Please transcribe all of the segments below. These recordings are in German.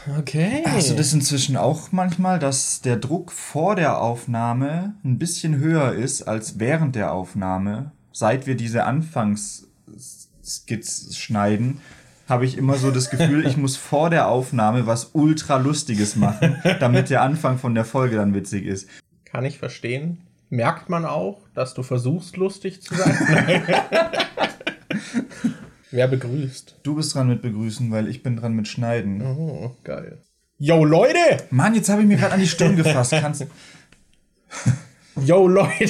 Okay. Hast du das inzwischen auch manchmal, dass der Druck vor der Aufnahme ein bisschen höher ist als während der Aufnahme? Seit wir diese Anfangsskits schneiden, habe ich immer so das Gefühl, ich muss vor der Aufnahme was ultra Lustiges machen, damit der Anfang von der Folge dann witzig ist. Kann ich verstehen. Merkt man auch, dass du versuchst, lustig zu sein? Wer begrüßt? Du bist dran mit begrüßen, weil ich bin dran mit schneiden. Oh, geil. Yo, Leute! Mann, jetzt habe ich mir gerade an die Stirn gefasst. Kannst Yo, Leute!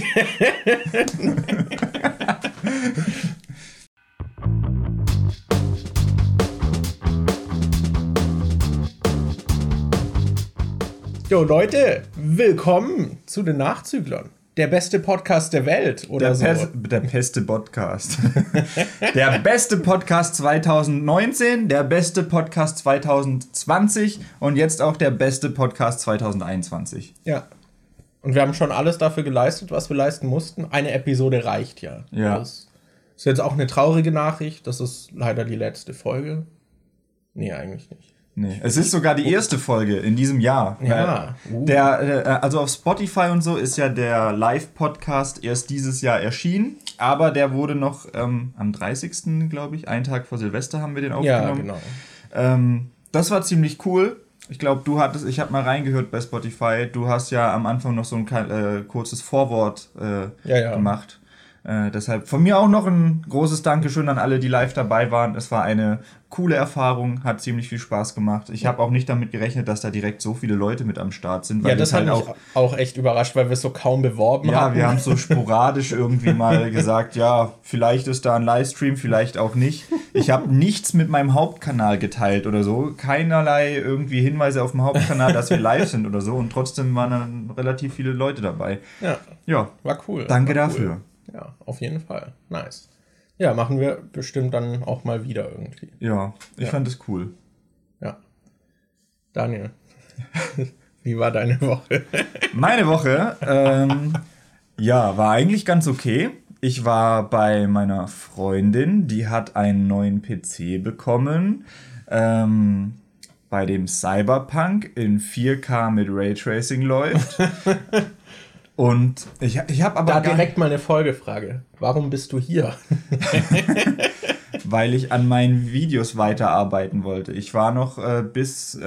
Jo, Leute, willkommen zu den Nachzüglern. Der beste Podcast der Welt, oder der beste Podcast. Der beste Podcast 2019, der beste Podcast 2020 und jetzt auch der beste Podcast 2021. Ja. Und wir haben schon alles dafür geleistet, was wir leisten mussten. Eine Episode reicht ja. Ja. Das ist jetzt auch eine traurige Nachricht. Das ist leider die letzte Folge. Nee, eigentlich nicht. Nee, es ist sogar die erste Folge in diesem Jahr. Ja. Also auf Spotify und so ist ja der Live-Podcast erst dieses Jahr erschienen, aber der wurde noch am 30., glaube ich, einen Tag vor Silvester haben wir den aufgenommen. Ja, genau. Das war ziemlich cool. Ich glaube, ich habe mal reingehört bei Spotify, du hast ja am Anfang noch so ein kurzes Vorwort gemacht. Deshalb von mir auch noch ein großes Dankeschön an alle, die live dabei waren. Es war eine coole Erfahrung, hat ziemlich viel Spaß gemacht. Ich habe auch nicht damit gerechnet, dass da direkt so viele Leute mit am Start sind. Weil ja, das hat mich auch echt überrascht, weil wir es so kaum beworben haben. Ja, wir haben so sporadisch irgendwie mal gesagt, ja, vielleicht ist da ein Livestream, vielleicht auch nicht. Ich habe nichts mit meinem Hauptkanal geteilt oder so. Keinerlei irgendwie Hinweise auf dem Hauptkanal, dass wir live sind oder so. Und trotzdem waren dann relativ viele Leute dabei. Ja, war cool. Danke dafür. Ja, auf jeden Fall. Nice. Ja, machen wir bestimmt dann auch mal wieder irgendwie. Ja, ich fand es cool. Ja. Daniel, wie war deine Woche? Meine Woche, war eigentlich ganz okay. Ich war bei meiner Freundin, die hat einen neuen PC bekommen, bei dem Cyberpunk in 4K mit Raytracing läuft. Und ich habe aber da direkt mal eine Folgefrage. Warum bist du hier? Weil ich an meinen Videos weiterarbeiten wollte. Ich war noch bis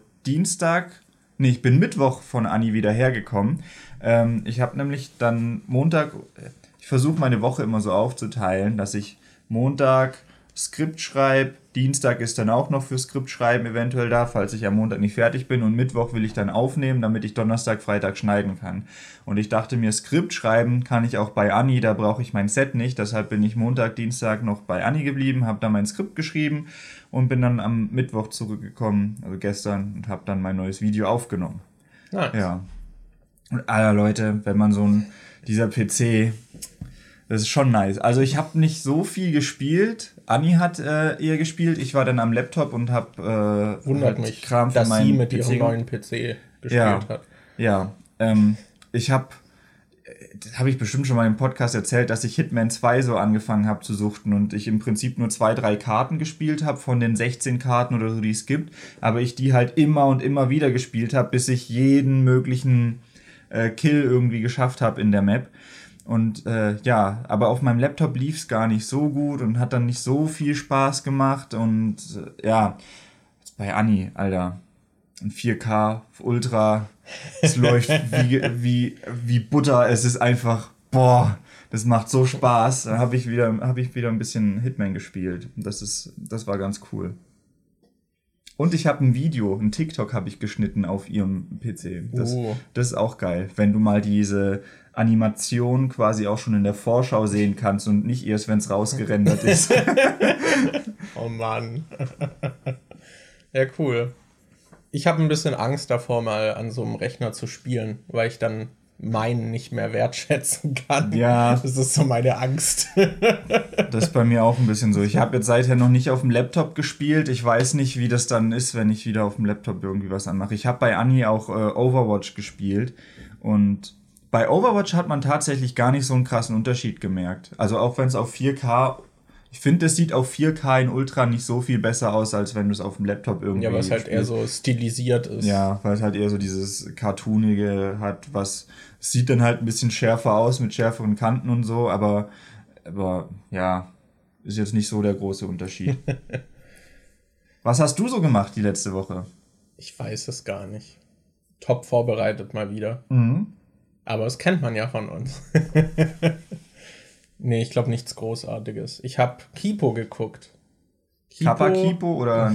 ich bin Mittwoch von Anni wieder hergekommen. Ich habe nämlich dann Montag, ich versuche meine Woche immer so aufzuteilen, dass ich Montag Skript schreibe, Dienstag ist dann auch noch für Skript schreiben eventuell da, falls ich am Montag nicht fertig bin, und Mittwoch will ich dann aufnehmen, damit ich Donnerstag, Freitag schneiden kann. Und ich dachte mir, Skript schreiben kann ich auch bei Anni, da brauche ich mein Set nicht, deshalb bin ich Montag, Dienstag noch bei Anni geblieben, habe dann mein Skript geschrieben und bin dann am Mittwoch zurückgekommen, also gestern, und habe dann mein neues Video aufgenommen. Nice. Ja. Und Leute, wenn man dieser PC... Das ist schon nice. Also ich habe nicht so viel gespielt. Anni hat eher gespielt. Ich war dann am Laptop und habe wundert mich, Kram für dass meinen sie mit PC ihrem neuen PC gespielt hat. Ja, ich habe ich bestimmt schon mal im Podcast erzählt, dass ich Hitman 2 so angefangen habe zu suchten und ich im Prinzip nur 2-3 Karten gespielt habe von den 16 Karten oder so, die es gibt. Aber ich die halt immer und immer wieder gespielt habe, bis ich jeden möglichen Kill irgendwie geschafft habe in der Map. Und aber auf meinem Laptop lief es gar nicht so gut und hat dann nicht so viel Spaß gemacht. Und jetzt bei Anni, Alter, ein 4K Ultra, es läuft wie Butter. Es ist einfach, das macht so Spaß. Dann habe ich wieder ein bisschen Hitman gespielt. Das war ganz cool. Und ich habe ein TikTok habe ich geschnitten auf ihrem PC. Das ist auch geil, wenn du mal diese Animation quasi auch schon in der Vorschau sehen kannst und nicht erst, wenn es rausgerendert ist. Oh Mann. Ja, cool. Ich habe ein bisschen Angst davor, mal an so einem Rechner zu spielen, weil ich dann meinen nicht mehr wertschätzen kann. Ja. Das ist so meine Angst. Das ist bei mir auch ein bisschen so. Ich habe jetzt seither noch nicht auf dem Laptop gespielt. Ich weiß nicht, wie das dann ist, wenn ich wieder auf dem Laptop irgendwie was anmache. Ich habe bei Anni auch Overwatch gespielt. Und bei Overwatch hat man tatsächlich gar nicht so einen krassen Unterschied gemerkt. Also auch wenn es auf 4K Ich finde, das sieht auf 4K in Ultra nicht so viel besser aus, als wenn du es auf dem Laptop irgendwie Ja, was halt eher so stilisiert ist. Ja, weil es halt eher so dieses Cartoonige hat, was sieht dann halt ein bisschen schärfer aus, mit schärferen Kanten und so, aber ja, ist jetzt nicht so der große Unterschied. Was hast du so gemacht die letzte Woche? Ich weiß es gar nicht. Top vorbereitet mal wieder. Aber das kennt man ja von uns. Nee, ich glaube nichts Großartiges. Ich habe Kipo geguckt. Kappa Kipo oder?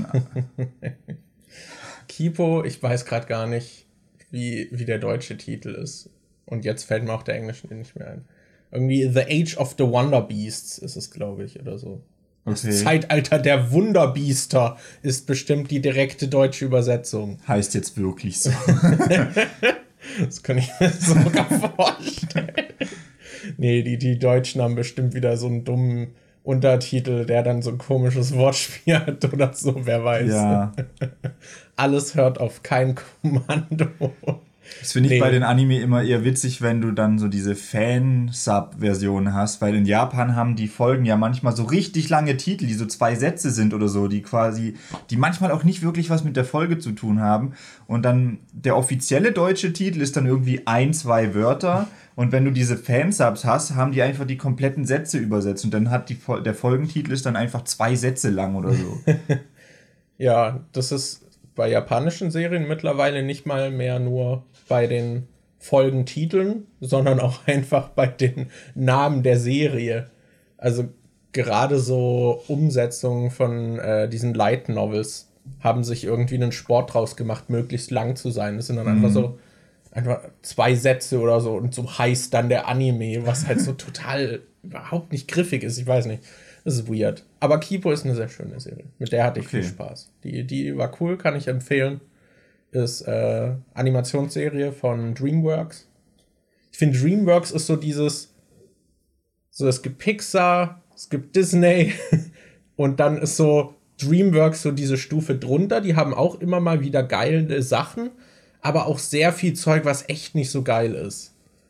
Kipo, ich weiß gerade gar nicht, wie der deutsche Titel ist. Und jetzt fällt mir auch der englische nicht mehr ein. Irgendwie The Age of the Wonder Beasts ist es, glaube ich, oder so. Okay. Das Zeitalter der Wunderbiester ist bestimmt die direkte deutsche Übersetzung. Heißt jetzt wirklich so. Das kann ich mir sogar vorstellen. Nee, die Deutschen haben bestimmt wieder so einen dummen Untertitel, der dann so ein komisches Wortspiel hat oder so, wer weiß. Ja. Alles hört auf kein Kommando. Das finde ich bei den Anime immer eher witzig, wenn du dann so diese Fan-Sub-Version hast, weil in Japan haben die Folgen ja manchmal so richtig lange Titel, die so 2 Sätze sind oder so, die manchmal auch nicht wirklich was mit der Folge zu tun haben. Und dann der offizielle deutsche Titel ist dann irgendwie 1, 2 Wörter. Und wenn du diese Fansubs hast, haben die einfach die kompletten Sätze übersetzt. Und dann hat der Folgentitel ist dann einfach 2 Sätze lang oder so. Ja, das ist bei japanischen Serien mittlerweile nicht mal mehr nur bei den Folgentiteln, sondern auch einfach bei den Namen der Serie. Also gerade so Umsetzungen von diesen Light Novels haben sich irgendwie einen Sport draus gemacht, möglichst lang zu sein. Das sind dann einfach 2 Sätze oder so und so heißt dann der Anime, was halt so total überhaupt nicht griffig ist. Ich weiß nicht. Das ist weird. Aber Kipo ist eine sehr schöne Serie. Mit der hatte ich viel Spaß. Die war cool, kann ich empfehlen. Ist Animationsserie von DreamWorks. Ich finde, DreamWorks ist so dieses, so es gibt Pixar, es gibt Disney und dann ist so DreamWorks so diese Stufe drunter. Die haben auch immer mal wieder geile Sachen, aber auch sehr viel Zeug, was echt nicht so geil ist.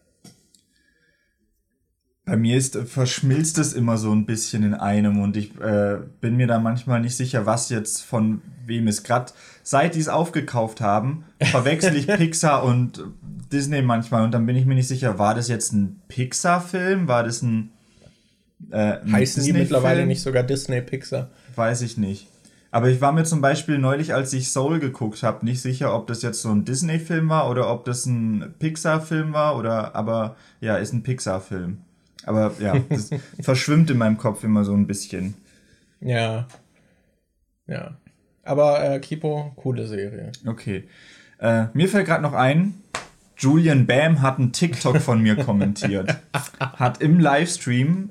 Bei mir verschmilzt es immer so ein bisschen in einem und ich bin mir da manchmal nicht sicher, was jetzt von wem ist. Gerade seit die es aufgekauft haben, verwechsel ich Pixar und Disney manchmal und dann bin ich mir nicht sicher, war das jetzt ein Pixar-Film? War das ein heißen die mittlerweile nicht sogar Disney Pixar? Weiß ich nicht. Aber ich war mir zum Beispiel neulich, als ich Soul geguckt habe, nicht sicher, ob das jetzt so ein Disney-Film war oder ob das ein Pixar-Film war aber ja, ist ein Pixar-Film. Aber ja, das verschwimmt in meinem Kopf immer so ein bisschen. Ja. Ja. Aber Kipo, coole Serie. Okay. Mir fällt gerade noch ein, Julian Bam hat einen TikTok von mir kommentiert. Hat im Livestream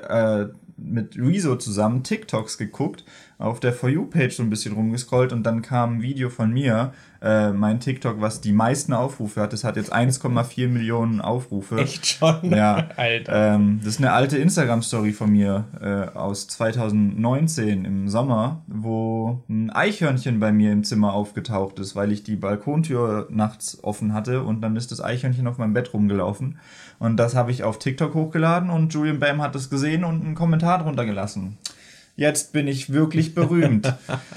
mit Rezo zusammen TikToks geguckt, auf der For You-Page so ein bisschen rumgescrollt und dann kam ein Video von mir, mein TikTok, was die meisten Aufrufe hat. Das hat jetzt 1,4 Millionen Aufrufe. Echt schon? Ja. Alter. Das ist eine alte Instagram-Story von mir aus 2019 im Sommer, wo ein Eichhörnchen bei mir im Zimmer aufgetaucht ist, weil ich die Balkontür nachts offen hatte und dann ist das Eichhörnchen auf meinem Bett rumgelaufen. Und das habe ich auf TikTok hochgeladen und Julian Bam hat es gesehen und einen Kommentar drunter gelassen. Jetzt bin ich wirklich berühmt.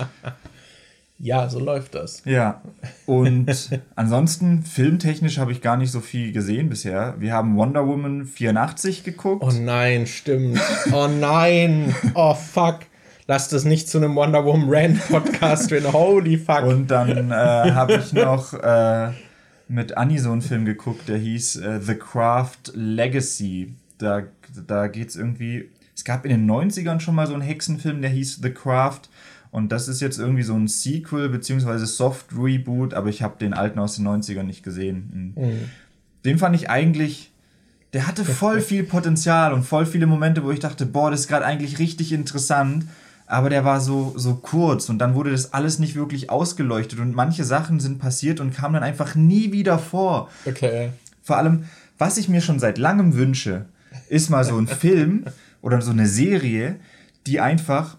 Ja, so läuft das. Ja, und ansonsten filmtechnisch habe ich gar nicht so viel gesehen bisher. Wir haben Wonder Woman 84 geguckt. Oh nein, stimmt. Oh nein. Oh fuck. Lass das nicht zu einem Wonder Woman Rant Podcast werden. Holy fuck. Und dann habe ich noch mit Anni so einen Film geguckt, der hieß The Craft Legacy. Da geht's irgendwie... Es gab in den 90ern schon mal so einen Hexenfilm, der hieß The Craft. Und das ist jetzt irgendwie so ein Sequel bzw. Soft-Reboot, aber ich habe den alten aus den 90ern nicht gesehen. Den fand ich eigentlich, der hatte voll viel Potenzial und voll viele Momente, wo ich dachte, boah, das ist gerade eigentlich richtig interessant, aber der war so kurz und dann wurde das alles nicht wirklich ausgeleuchtet und manche Sachen sind passiert und kamen dann einfach nie wieder vor. Okay. Vor allem, was ich mir schon seit langem wünsche, ist mal so ein Film oder so eine Serie, die einfach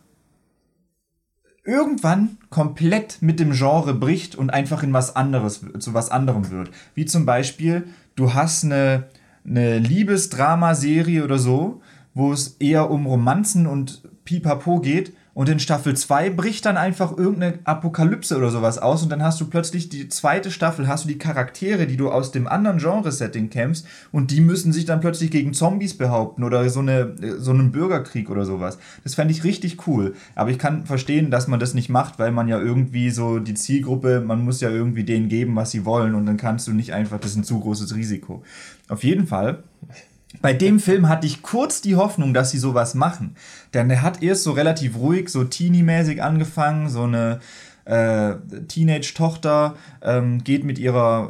irgendwann komplett mit dem Genre bricht und einfach in zu was anderem wird. Wie zum Beispiel, du hast eine Liebesdramaserie oder so, wo es eher um Romanzen und pipapo geht und in Staffel 2 bricht dann einfach irgendeine Apokalypse oder sowas aus und dann hast du plötzlich die zweite Staffel, hast du die Charaktere, die du aus dem anderen Genre-Setting kennst und die müssen sich dann plötzlich gegen Zombies behaupten oder so einen Bürgerkrieg oder sowas. Das fände ich richtig cool. Aber ich kann verstehen, dass man das nicht macht, weil man ja irgendwie so die Zielgruppe, man muss ja irgendwie denen geben, was sie wollen und dann kannst du nicht einfach, das ist ein zu großes Risiko. Auf jeden Fall. Bei dem Film hatte ich kurz die Hoffnung, dass sie sowas machen. Denn der hat erst so relativ ruhig, so Teenie-mäßig angefangen, so eine Teenage-Tochter geht mit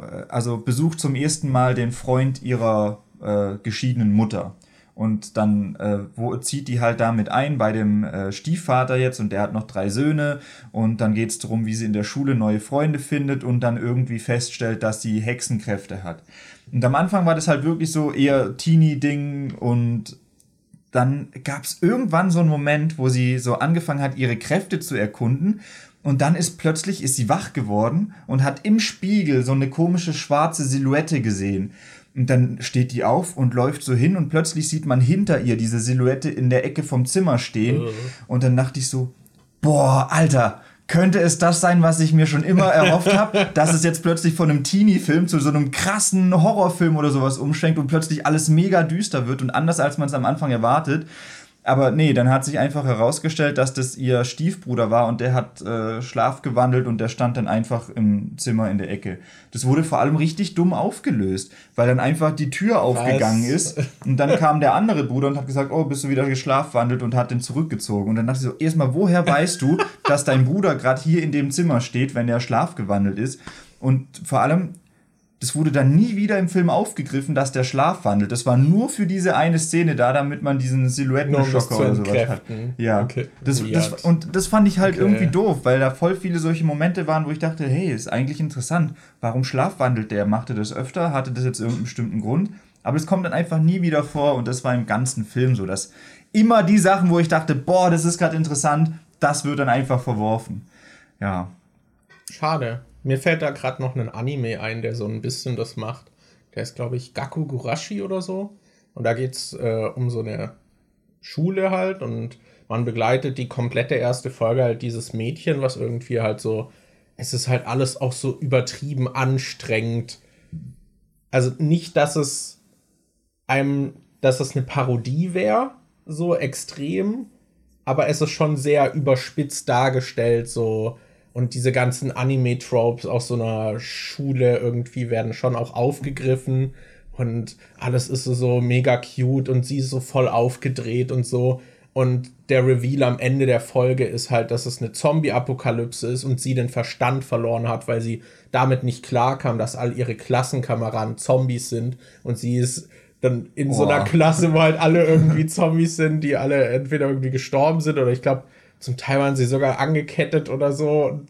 besucht zum ersten Mal den Freund ihrer geschiedenen Mutter. Und dann zieht die halt damit ein bei dem Stiefvater jetzt und der hat noch 3 Söhne und dann geht es darum, wie sie in der Schule neue Freunde findet und dann irgendwie feststellt, dass sie Hexenkräfte hat. Und am Anfang war das halt wirklich so eher Teenie-Ding und dann gab es irgendwann so einen Moment, wo sie so angefangen hat, ihre Kräfte zu erkunden und dann ist sie wach geworden und hat im Spiegel so eine komische schwarze Silhouette gesehen. Und dann steht die auf und läuft so hin und plötzlich sieht man hinter ihr diese Silhouette in der Ecke vom Zimmer stehen. Und dann dachte ich so, boah, Alter, könnte es das sein, was ich mir schon immer erhofft habe, dass es jetzt plötzlich von einem Teenie-Film zu so einem krassen Horrorfilm oder sowas umschwenkt und plötzlich alles mega düster wird und anders, als man es am Anfang erwartet. Aber nee, dann hat sich einfach herausgestellt, dass das ihr Stiefbruder war und der hat Schlaf gewandelt und der stand dann einfach im Zimmer in der Ecke. Das wurde vor allem richtig dumm aufgelöst, weil dann einfach die Tür aufgegangen ist und dann kam der andere Bruder und hat gesagt, oh, bist du wieder geschlafwandelt und hat den zurückgezogen. Und dann dachte ich so, erstmal, woher weißt du, dass dein Bruder gerade hier in dem Zimmer steht, wenn der schlafgewandelt ist? Und vor allem, das wurde dann nie wieder im Film aufgegriffen, dass der Schlaf wandelt. Das war nur für diese eine Szene da, damit man diesen Silhouettenschocker oder sowas hat. Ja, okay. Das fand ich halt irgendwie doof, weil da voll viele solche Momente waren, wo ich dachte, hey, ist eigentlich interessant. Warum schlafwandelt der? Machte das öfter? Hatte das jetzt irgendeinen bestimmten Grund? Aber es kommt dann einfach nie wieder vor und das war im ganzen Film so, dass immer die Sachen, wo ich dachte, boah, das ist gerade interessant, das wird dann einfach verworfen. Ja. Schade. Mir fällt da gerade noch ein Anime ein, der so ein bisschen das macht. Der ist, glaube ich, Gakugurashi oder so. Und da geht es um so eine Schule halt und man begleitet die komplette erste Folge halt dieses Mädchen, was irgendwie halt so, es ist halt alles auch so übertrieben anstrengend. Also nicht, dass es eine Parodie wäre, so extrem, aber es ist schon sehr überspitzt dargestellt, so. Und diese ganzen Anime-Tropes aus so einer Schule irgendwie werden schon auch aufgegriffen. Und alles ist so mega cute und sie ist so voll aufgedreht und so. Und der Reveal am Ende der Folge ist halt, dass es eine Zombie-Apokalypse ist und sie den Verstand verloren hat, weil sie damit nicht klarkam, dass all ihre Klassenkameraden Zombies sind. Und sie ist dann in so einer Klasse, wo halt alle irgendwie Zombies sind, die alle entweder irgendwie gestorben sind oder ich glaube, zum Teil waren sie sogar angekettet oder so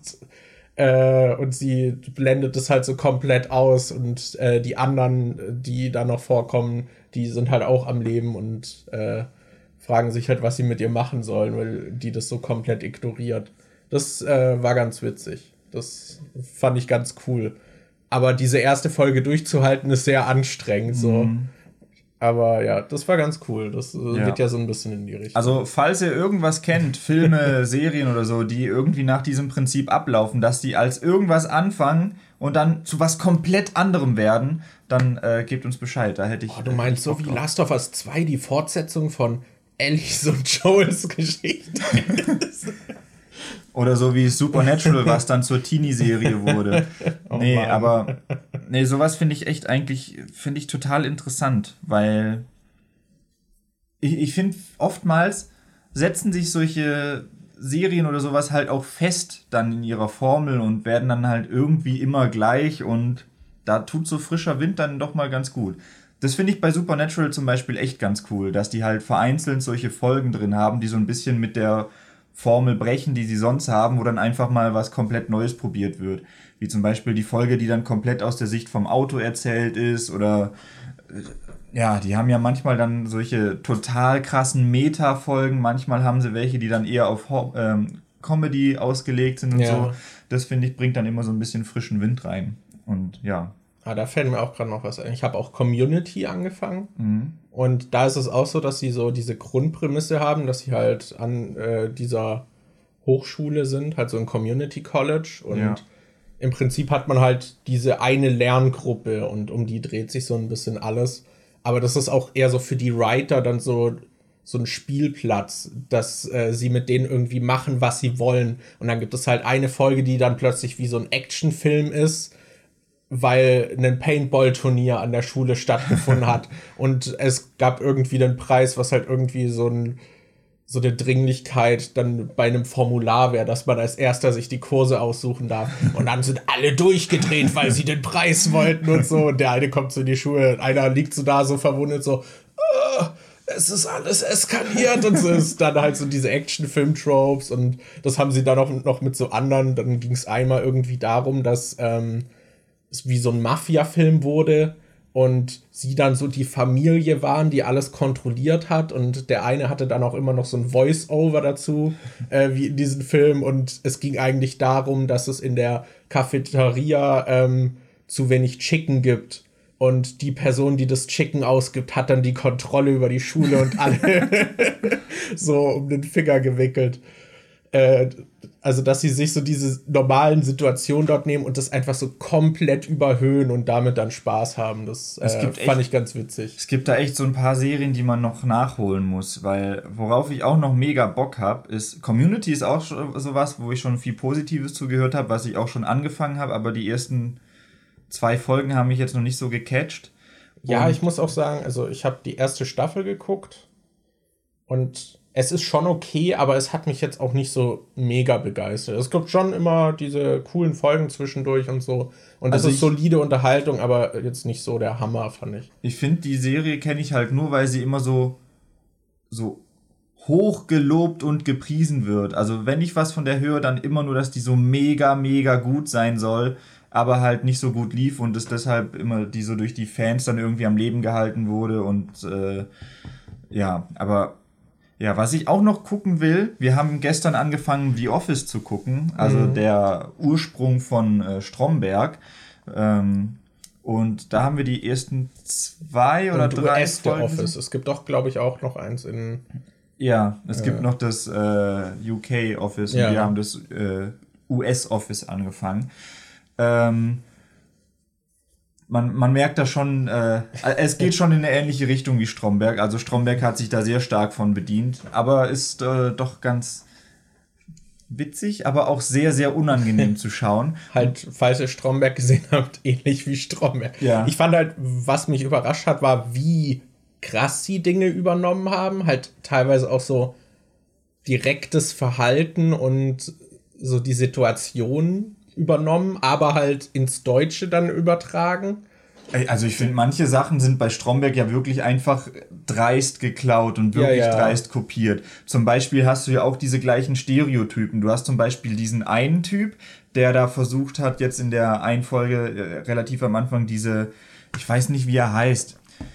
und sie blendet es halt so komplett aus und die anderen, die da noch vorkommen, die sind halt auch am Leben und fragen sich halt, was sie mit ihr machen sollen, weil die das so komplett ignoriert. Das war ganz witzig. Das fand ich ganz cool. Aber diese erste Folge durchzuhalten ist sehr anstrengend, so. Aber ja, das war ganz cool. Das geht ja so ein bisschen in die Richtung. Also, falls ihr irgendwas kennt, Filme, Serien oder so, die irgendwie nach diesem Prinzip ablaufen, dass die als irgendwas anfangen und dann zu was komplett anderem werden, dann gebt uns Bescheid. Da hätte ich. Du meinst so wie Last of Us 2, die Fortsetzung von Ellies und Joels Geschichte? Oder so wie Supernatural, was dann zur Teenie-Serie wurde. Sowas finde ich echt finde ich total interessant, weil ich finde, oftmals setzen sich solche Serien oder sowas halt auch fest dann in ihrer Formel und werden dann halt irgendwie immer gleich und da tut so frischer Wind dann doch mal ganz gut. Das finde ich bei Supernatural zum Beispiel echt ganz cool, dass die halt vereinzelt solche Folgen drin haben, die so ein bisschen mit der Formel brechen, die sie sonst haben, wo dann einfach mal was komplett Neues probiert wird. Wie zum Beispiel die Folge, die dann komplett aus der Sicht vom Auto erzählt ist oder die haben ja manchmal dann solche total krassen Meta-Folgen, manchmal haben sie welche, die dann eher auf Comedy ausgelegt sind und so. Das, finde ich, bringt dann immer so ein bisschen frischen Wind rein. Und ja, Da fällt mir auch gerade noch was ein. Ich habe auch Community angefangen. Und da ist es auch so, dass sie so diese Grundprämisse haben, dass sie halt an dieser Hochschule sind, halt so ein Community College. Und im Prinzip hat man halt diese eine Lerngruppe und um die dreht sich so ein bisschen alles. Aber das ist auch eher so für die Writer dann so ein Spielplatz, dass sie mit denen irgendwie machen, was sie wollen. Und dann gibt es halt eine Folge, die dann plötzlich wie so ein Actionfilm ist, weil ein Paintball-Turnier an der Schule stattgefunden hat. Und es gab irgendwie den Preis, was halt irgendwie so eine Dringlichkeit dann bei einem Formular wäre, dass man als Erster sich die Kurse aussuchen darf. Und dann sind alle durchgedreht, weil sie den Preis wollten und so. Und der eine kommt so in die Schule, und einer liegt so da, so verwundet, so, es ist alles eskaliert. Und so ist dann halt so diese Action-Film-Tropes. Und das haben sie dann auch noch mit so anderen. Dann ging es einmal irgendwie darum, dass es wie so ein Mafia-Film wurde und sie dann so die Familie waren, die alles kontrolliert hat, und der eine hatte dann auch immer noch so ein Voice-Over dazu, wie in diesem Film, und es ging eigentlich darum, dass es in der Cafeteria zu wenig Chicken gibt und die Person, die das Chicken ausgibt, hat dann die Kontrolle über die Schule und alle so um den Finger gewickelt. Also, dass sie sich so diese normalen Situationen dort nehmen und das einfach so komplett überhöhen und damit dann Spaß haben. Das fand ich ganz witzig. Es gibt da echt so ein paar Serien, die man noch nachholen muss, weil worauf ich auch noch mega Bock habe, ist Community ist auch sowas, wo ich schon viel Positives zugehört habe, was ich auch schon angefangen habe, aber die ersten 2 Folgen haben mich jetzt noch nicht so gecatcht. Ja, ich muss auch sagen, also ich habe die erste Staffel geguckt und es ist schon okay, aber es hat mich jetzt auch nicht so mega begeistert. Es gibt schon immer diese coolen Folgen zwischendurch und so. Und das ist solide Unterhaltung, aber jetzt nicht so der Hammer, fand ich. Ich finde, die Serie kenne ich halt nur, weil sie immer so hoch gelobt und gepriesen wird. Also wenn ich was von der höre, dann immer nur, dass die so mega, mega gut sein soll, aber halt nicht so gut lief und es deshalb immer die so durch die Fans dann irgendwie am Leben gehalten wurde. Und aber ja, was ich auch noch gucken will, wir haben gestern angefangen, The Office zu gucken, also der Ursprung von Stromberg. Und da haben wir die ersten 2 oder 3 Folgen. Office. Es gibt doch, glaube ich, auch noch eins in... Ja, es gibt noch das UK Office und wir haben das US Office angefangen. Man merkt da schon, es geht schon in eine ähnliche Richtung wie Stromberg. Also Stromberg hat sich da sehr stark von bedient, aber ist doch ganz witzig, aber auch sehr, sehr unangenehm zu schauen. Halt, falls ihr Stromberg gesehen habt, ähnlich wie Stromberg. Ja. Ich fand halt, was mich überrascht hat, war, wie krass sie Dinge übernommen haben. Halt teilweise auch so direktes Verhalten und so die Situation übernommen, aber halt ins Deutsche dann übertragen. Also ich finde, manche Sachen sind bei Stromberg ja wirklich einfach dreist geklaut und wirklich dreist kopiert. Zum Beispiel hast du ja auch diese gleichen Stereotypen. Du hast zum Beispiel diesen einen Typ, der da versucht hat, jetzt in der einen Folge relativ am Anfang ich weiß nicht, wie er heißt,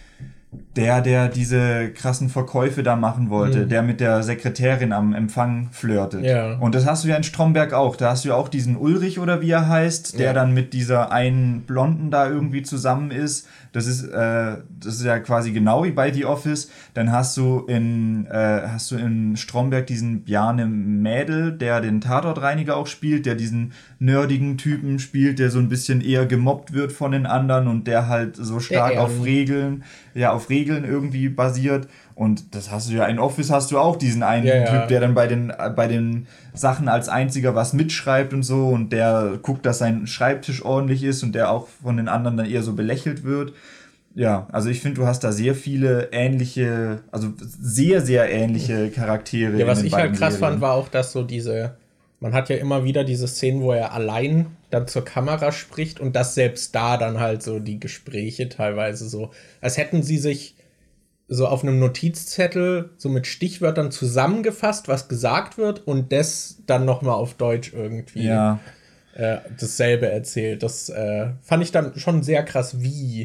der diese krassen Verkäufe da machen wollte, der mit der Sekretärin am Empfang flirtet. Ja. Und das hast du ja in Stromberg auch. Da hast du ja auch diesen Ulrich oder wie er heißt, der dann mit dieser einen Blonden da irgendwie zusammen ist. Das ist ja quasi genau wie bei The Office. Dann hast du in Stromberg diesen Bjarne Mädel, der den Tatortreiniger auch spielt, der diesen nerdigen Typen spielt, der so ein bisschen eher gemobbt wird von den anderen und der halt so stark auf Regeln irgendwie basiert. Und das hast du ja in Office, hast du auch diesen einen Typ, der dann bei den Sachen als einziger was mitschreibt und so, und der guckt, dass sein Schreibtisch ordentlich ist und der auch von den anderen dann eher so belächelt wird. Ja, also ich finde, du hast da sehr viele ähnliche, also sehr, sehr ähnliche Charaktere. Ja, was ich halt krass fand, war auch, dass so man hat ja immer wieder diese Szenen, wo er allein dann zur Kamera spricht und dass selbst da dann halt so die Gespräche teilweise so, als hätten sie sich so auf einem Notizzettel so mit Stichwörtern zusammengefasst, was gesagt wird, und das dann nochmal auf Deutsch irgendwie dasselbe erzählt. Das fand ich dann schon sehr krass, wie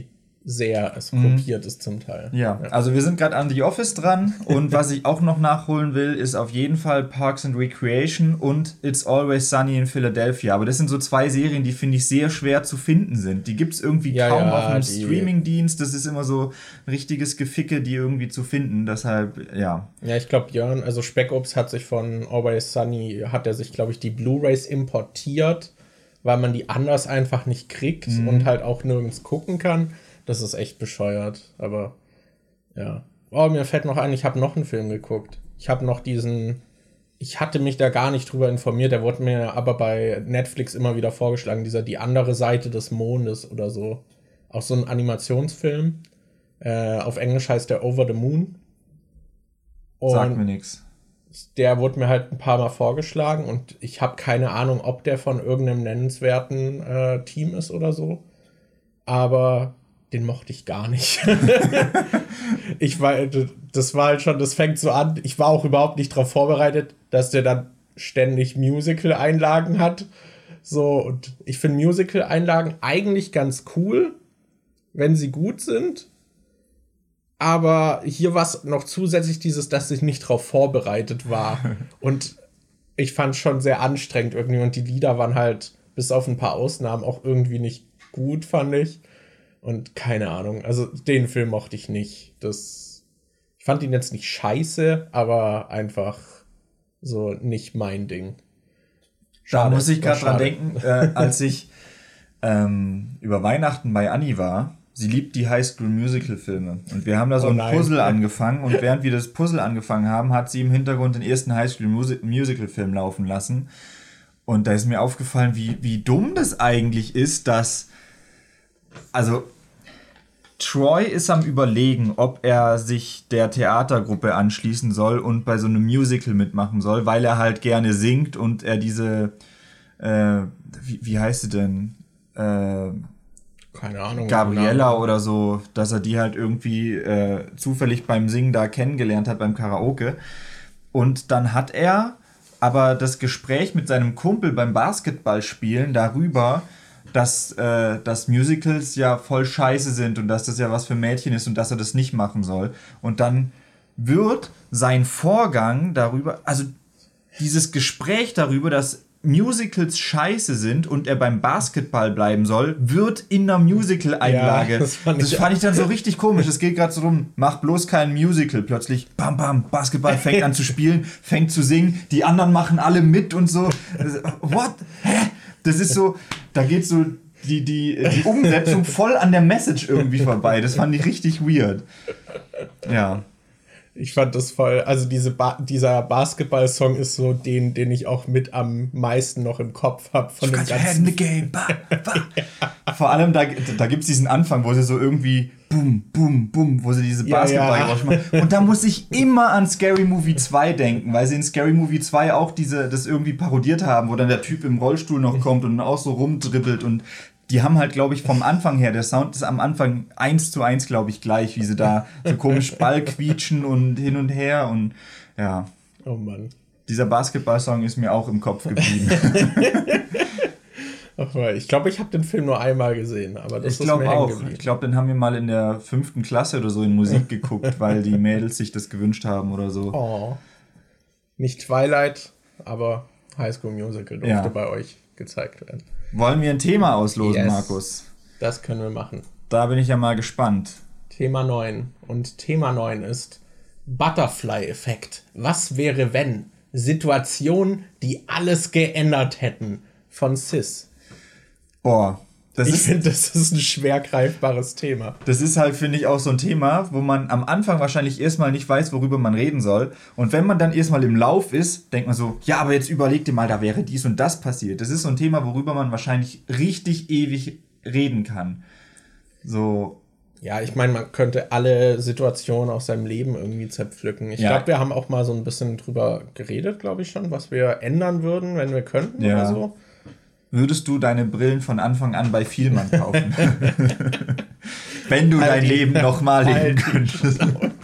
sehr skruppiert ist zum Teil. Ja, also wir sind gerade an The Office dran und was ich auch noch nachholen will, ist auf jeden Fall Parks and Recreation und It's Always Sunny in Philadelphia. Aber das sind so 2 Serien, die, finde ich, sehr schwer zu finden sind. Die gibt es irgendwie kaum auf einem Streamingdienst. Das ist immer so ein richtiges Geficke, die irgendwie zu finden. Deshalb, ja. Ja, ich glaube, Jörn, also Speckops hat sich von Always Sunny, hat er sich, glaube ich, die Blu-Rays importiert, weil man die anders einfach nicht kriegt und halt auch nirgends gucken kann. Das ist echt bescheuert, aber ja. Oh, mir fällt noch ein, ich habe noch einen Film geguckt. Ich habe noch ich hatte mich da gar nicht drüber informiert, der wurde mir aber bei Netflix immer wieder vorgeschlagen, Die andere Seite des Mondes oder so. Auch so ein Animationsfilm. Auf Englisch heißt der Over the Moon. Und sagt mir nichts. Der wurde mir halt ein paar Mal vorgeschlagen und ich habe keine Ahnung, ob der von irgendeinem nennenswerten Team ist oder so. Aber den mochte ich gar nicht. Das war halt schon, das fängt so an. Ich war auch überhaupt nicht darauf vorbereitet, dass der dann ständig Musical-Einlagen hat. So, und ich finde Musical-Einlagen eigentlich ganz cool, wenn sie gut sind. Aber hier war es noch zusätzlich dass ich nicht darauf vorbereitet war. Und ich fand es schon sehr anstrengend irgendwie. Und die Lieder waren halt, bis auf ein paar Ausnahmen, auch irgendwie nicht gut, fand ich. Und keine Ahnung, also den Film mochte ich nicht. Ich fand ihn jetzt nicht scheiße, aber einfach so nicht mein Ding. Schade, da muss ich gerade dran denken, als ich über Weihnachten bei Anni war. Sie liebt die High School Musical Filme. Und wir haben da so ein Puzzle angefangen. Und während wir das Puzzle angefangen haben, hat sie im Hintergrund den ersten High School Musical Film laufen lassen. Und da ist mir aufgefallen, wie dumm das eigentlich ist, dass also Troy ist am Überlegen, ob er sich der Theatergruppe anschließen soll und bei so einem Musical mitmachen soll, weil er halt gerne singt und er diese wie heißt sie denn? Keine Ahnung. Gabriella oder so, dass er die halt irgendwie zufällig beim Singen da kennengelernt hat beim Karaoke. Und dann hat er aber das Gespräch mit seinem Kumpel beim Basketballspielen darüber, dass Musicals ja voll scheiße sind und dass das ja was für Mädchen ist und dass er das nicht machen soll. Und dann wird sein Vorgang darüber, also dieses Gespräch darüber, dass Musicals scheiße sind und er beim Basketball bleiben soll, wird in einer Musical-Einlage. Ja, das fand ich dann so richtig komisch. Es geht gerade so rum, mach bloß kein Musical. Plötzlich, bam, bam, Basketball fängt an zu spielen, fängt zu singen, die anderen machen alle mit und so. What? Hä? Das ist so, da geht so die Umsetzung voll an der Message irgendwie vorbei. Das fand ich richtig weird. Ja. Ich fand das voll, also dieser Basketball-Song ist so den ich auch mit am meisten noch im Kopf habe. Von dem ganzen the game. Bah, bah. Ja. Vor allem, da gibt es diesen Anfang, wo sie so irgendwie bum, bum, bum, wo sie diese Basketball-Geräusche machen. Und da muss ich immer an Scary Movie 2 denken, weil sie in Scary Movie 2 auch das irgendwie parodiert haben, wo dann der Typ im Rollstuhl noch kommt und auch so rumdribbelt und die haben halt, glaube ich, vom Anfang her, der Sound ist am Anfang 1:1, glaube ich, gleich, wie sie da so komisch Ball quietschen und hin und her und ja. Oh Mann. Dieser Basketball-Song ist mir auch im Kopf geblieben. Ach, ich glaube, ich habe den Film nur einmal gesehen, aber das ist mir hängen geblieben. Ich glaube, den haben wir mal in der 5. Klasse oder so in Musik geguckt, weil die Mädels sich das gewünscht haben oder so. Oh. Nicht Twilight, aber High School Musical durfte bei euch gezeigt werden. Wollen wir ein Thema auslosen, yes, Markus? Das können wir machen. Da bin ich ja mal gespannt. Thema 9. Und Thema 9 ist Butterfly-Effekt. Was wäre, wenn? Situationen, die alles geändert hätten. Von Sis. Boah. Ich finde, das ist ein schwer greifbares Thema. Das ist halt, finde ich, auch so ein Thema, wo man am Anfang wahrscheinlich erstmal nicht weiß, worüber man reden soll. Und wenn man dann erstmal im Lauf ist, denkt man so, ja, aber jetzt überleg dir mal, da wäre dies und das passiert. Das ist so ein Thema, worüber man wahrscheinlich richtig ewig reden kann. So. Ja, ich meine, man könnte alle Situationen aus seinem Leben irgendwie zerpflücken. Ich glaube, wir haben auch mal so ein bisschen drüber geredet, glaube ich schon, was wir ändern würden, wenn wir könnten oder so. Würdest du deine Brillen von Anfang an bei Vielmann kaufen? Wenn du dein Leben nochmal leben könntest.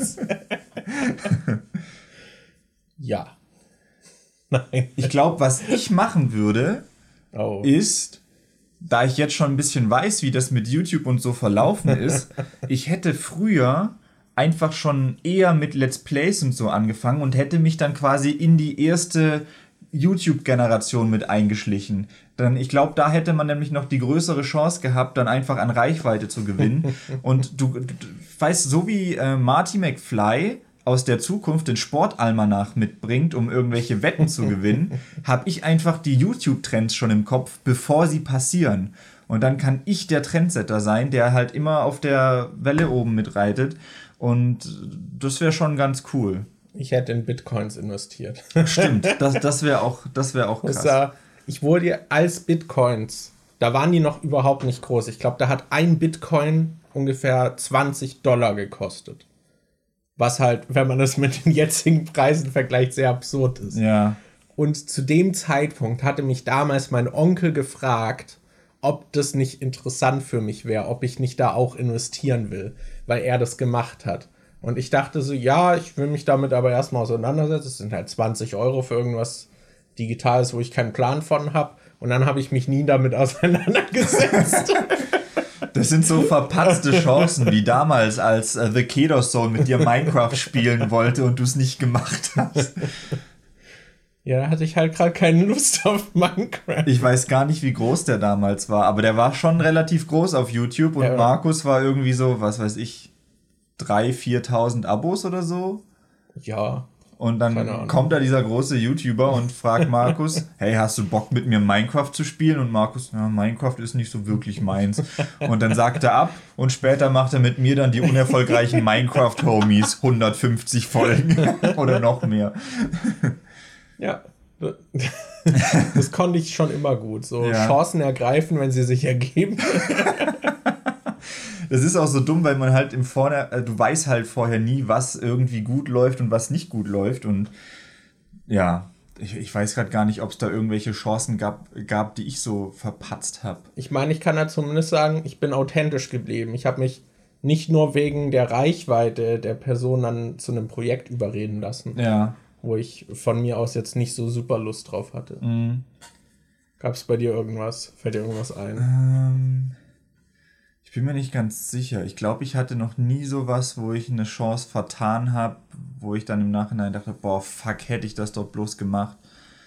Ja. Nein. Ich glaube, was ich machen würde, ist da ich jetzt schon ein bisschen weiß, wie das mit YouTube und so verlaufen ist, ich hätte früher einfach schon eher mit Let's Plays und so angefangen und hätte mich dann quasi in die erste YouTube-Generation mit eingeschlichen. Dann, ich glaube, da hätte man nämlich noch die größere Chance gehabt, dann einfach an Reichweite zu gewinnen. Und du weißt, so wie Marty McFly aus der Zukunft den Sportalmanach mitbringt, um irgendwelche Wetten zu gewinnen, habe ich einfach die YouTube-Trends schon im Kopf, bevor sie passieren. Und dann kann ich der Trendsetter sein, der halt immer auf der Welle oben mitreitet. Und das wäre schon ganz cool. Ich hätte in Bitcoins investiert. Stimmt, das wäre auch krass. Ich wurde als Bitcoins, da waren die noch überhaupt nicht groß. Ich glaube, da hat ein Bitcoin ungefähr $20 gekostet. Was halt, wenn man das mit den jetzigen Preisen vergleicht, sehr absurd ist. Ja. Und zu dem Zeitpunkt hatte mich damals mein Onkel gefragt, ob das nicht interessant für mich wäre, ob ich nicht da auch investieren will, weil er das gemacht hat. Und ich dachte so, ja, ich will mich damit aber erstmal auseinandersetzen. Es sind halt 20 € für irgendwas Digitales, wo ich keinen Plan von habe. Und dann habe ich mich nie damit auseinandergesetzt. Das sind so verpatzte Chancen, wie damals, als The Kedos-Sohn mit dir Minecraft spielen wollte und du es nicht gemacht hast. Ja, da hatte ich halt gerade keine Lust auf Minecraft. Ich weiß gar nicht, wie groß der damals war, aber der war schon relativ groß auf YouTube und ja. Markus war irgendwie so, was weiß ich, 3.000, 4.000 Abos oder so. Ja. Und dann kommt da dieser große YouTuber und fragt Markus, hey, hast du Bock mit mir Minecraft zu spielen? Und Markus, ja, Minecraft ist nicht so wirklich meins. Und dann sagt er ab und später macht er mit mir dann die unerfolgreichen Minecraft-Homies 150 Folgen oder noch mehr. Ja, das konnte ich schon immer gut. So ja. Chancen ergreifen, wenn sie sich ergeben. Das ist auch so dumm, weil man halt du weißt halt vorher nie, was irgendwie gut läuft und was nicht gut läuft. Und ja, ich weiß gerade gar nicht, ob es da irgendwelche Chancen gab, die ich so verpatzt habe. Ich meine, ich kann da zumindest sagen, ich bin authentisch geblieben. Ich habe mich nicht nur wegen der Reichweite der Person dann zu einem Projekt überreden lassen. Ja. Wo ich von mir aus jetzt nicht so super Lust drauf hatte. Mhm. Gab es bei dir irgendwas? Fällt dir irgendwas ein? Ich bin mir nicht ganz sicher. Ich glaube, ich hatte noch nie sowas, wo ich eine Chance vertan habe, wo ich dann im Nachhinein dachte, boah, fuck, hätte ich das doch bloß gemacht.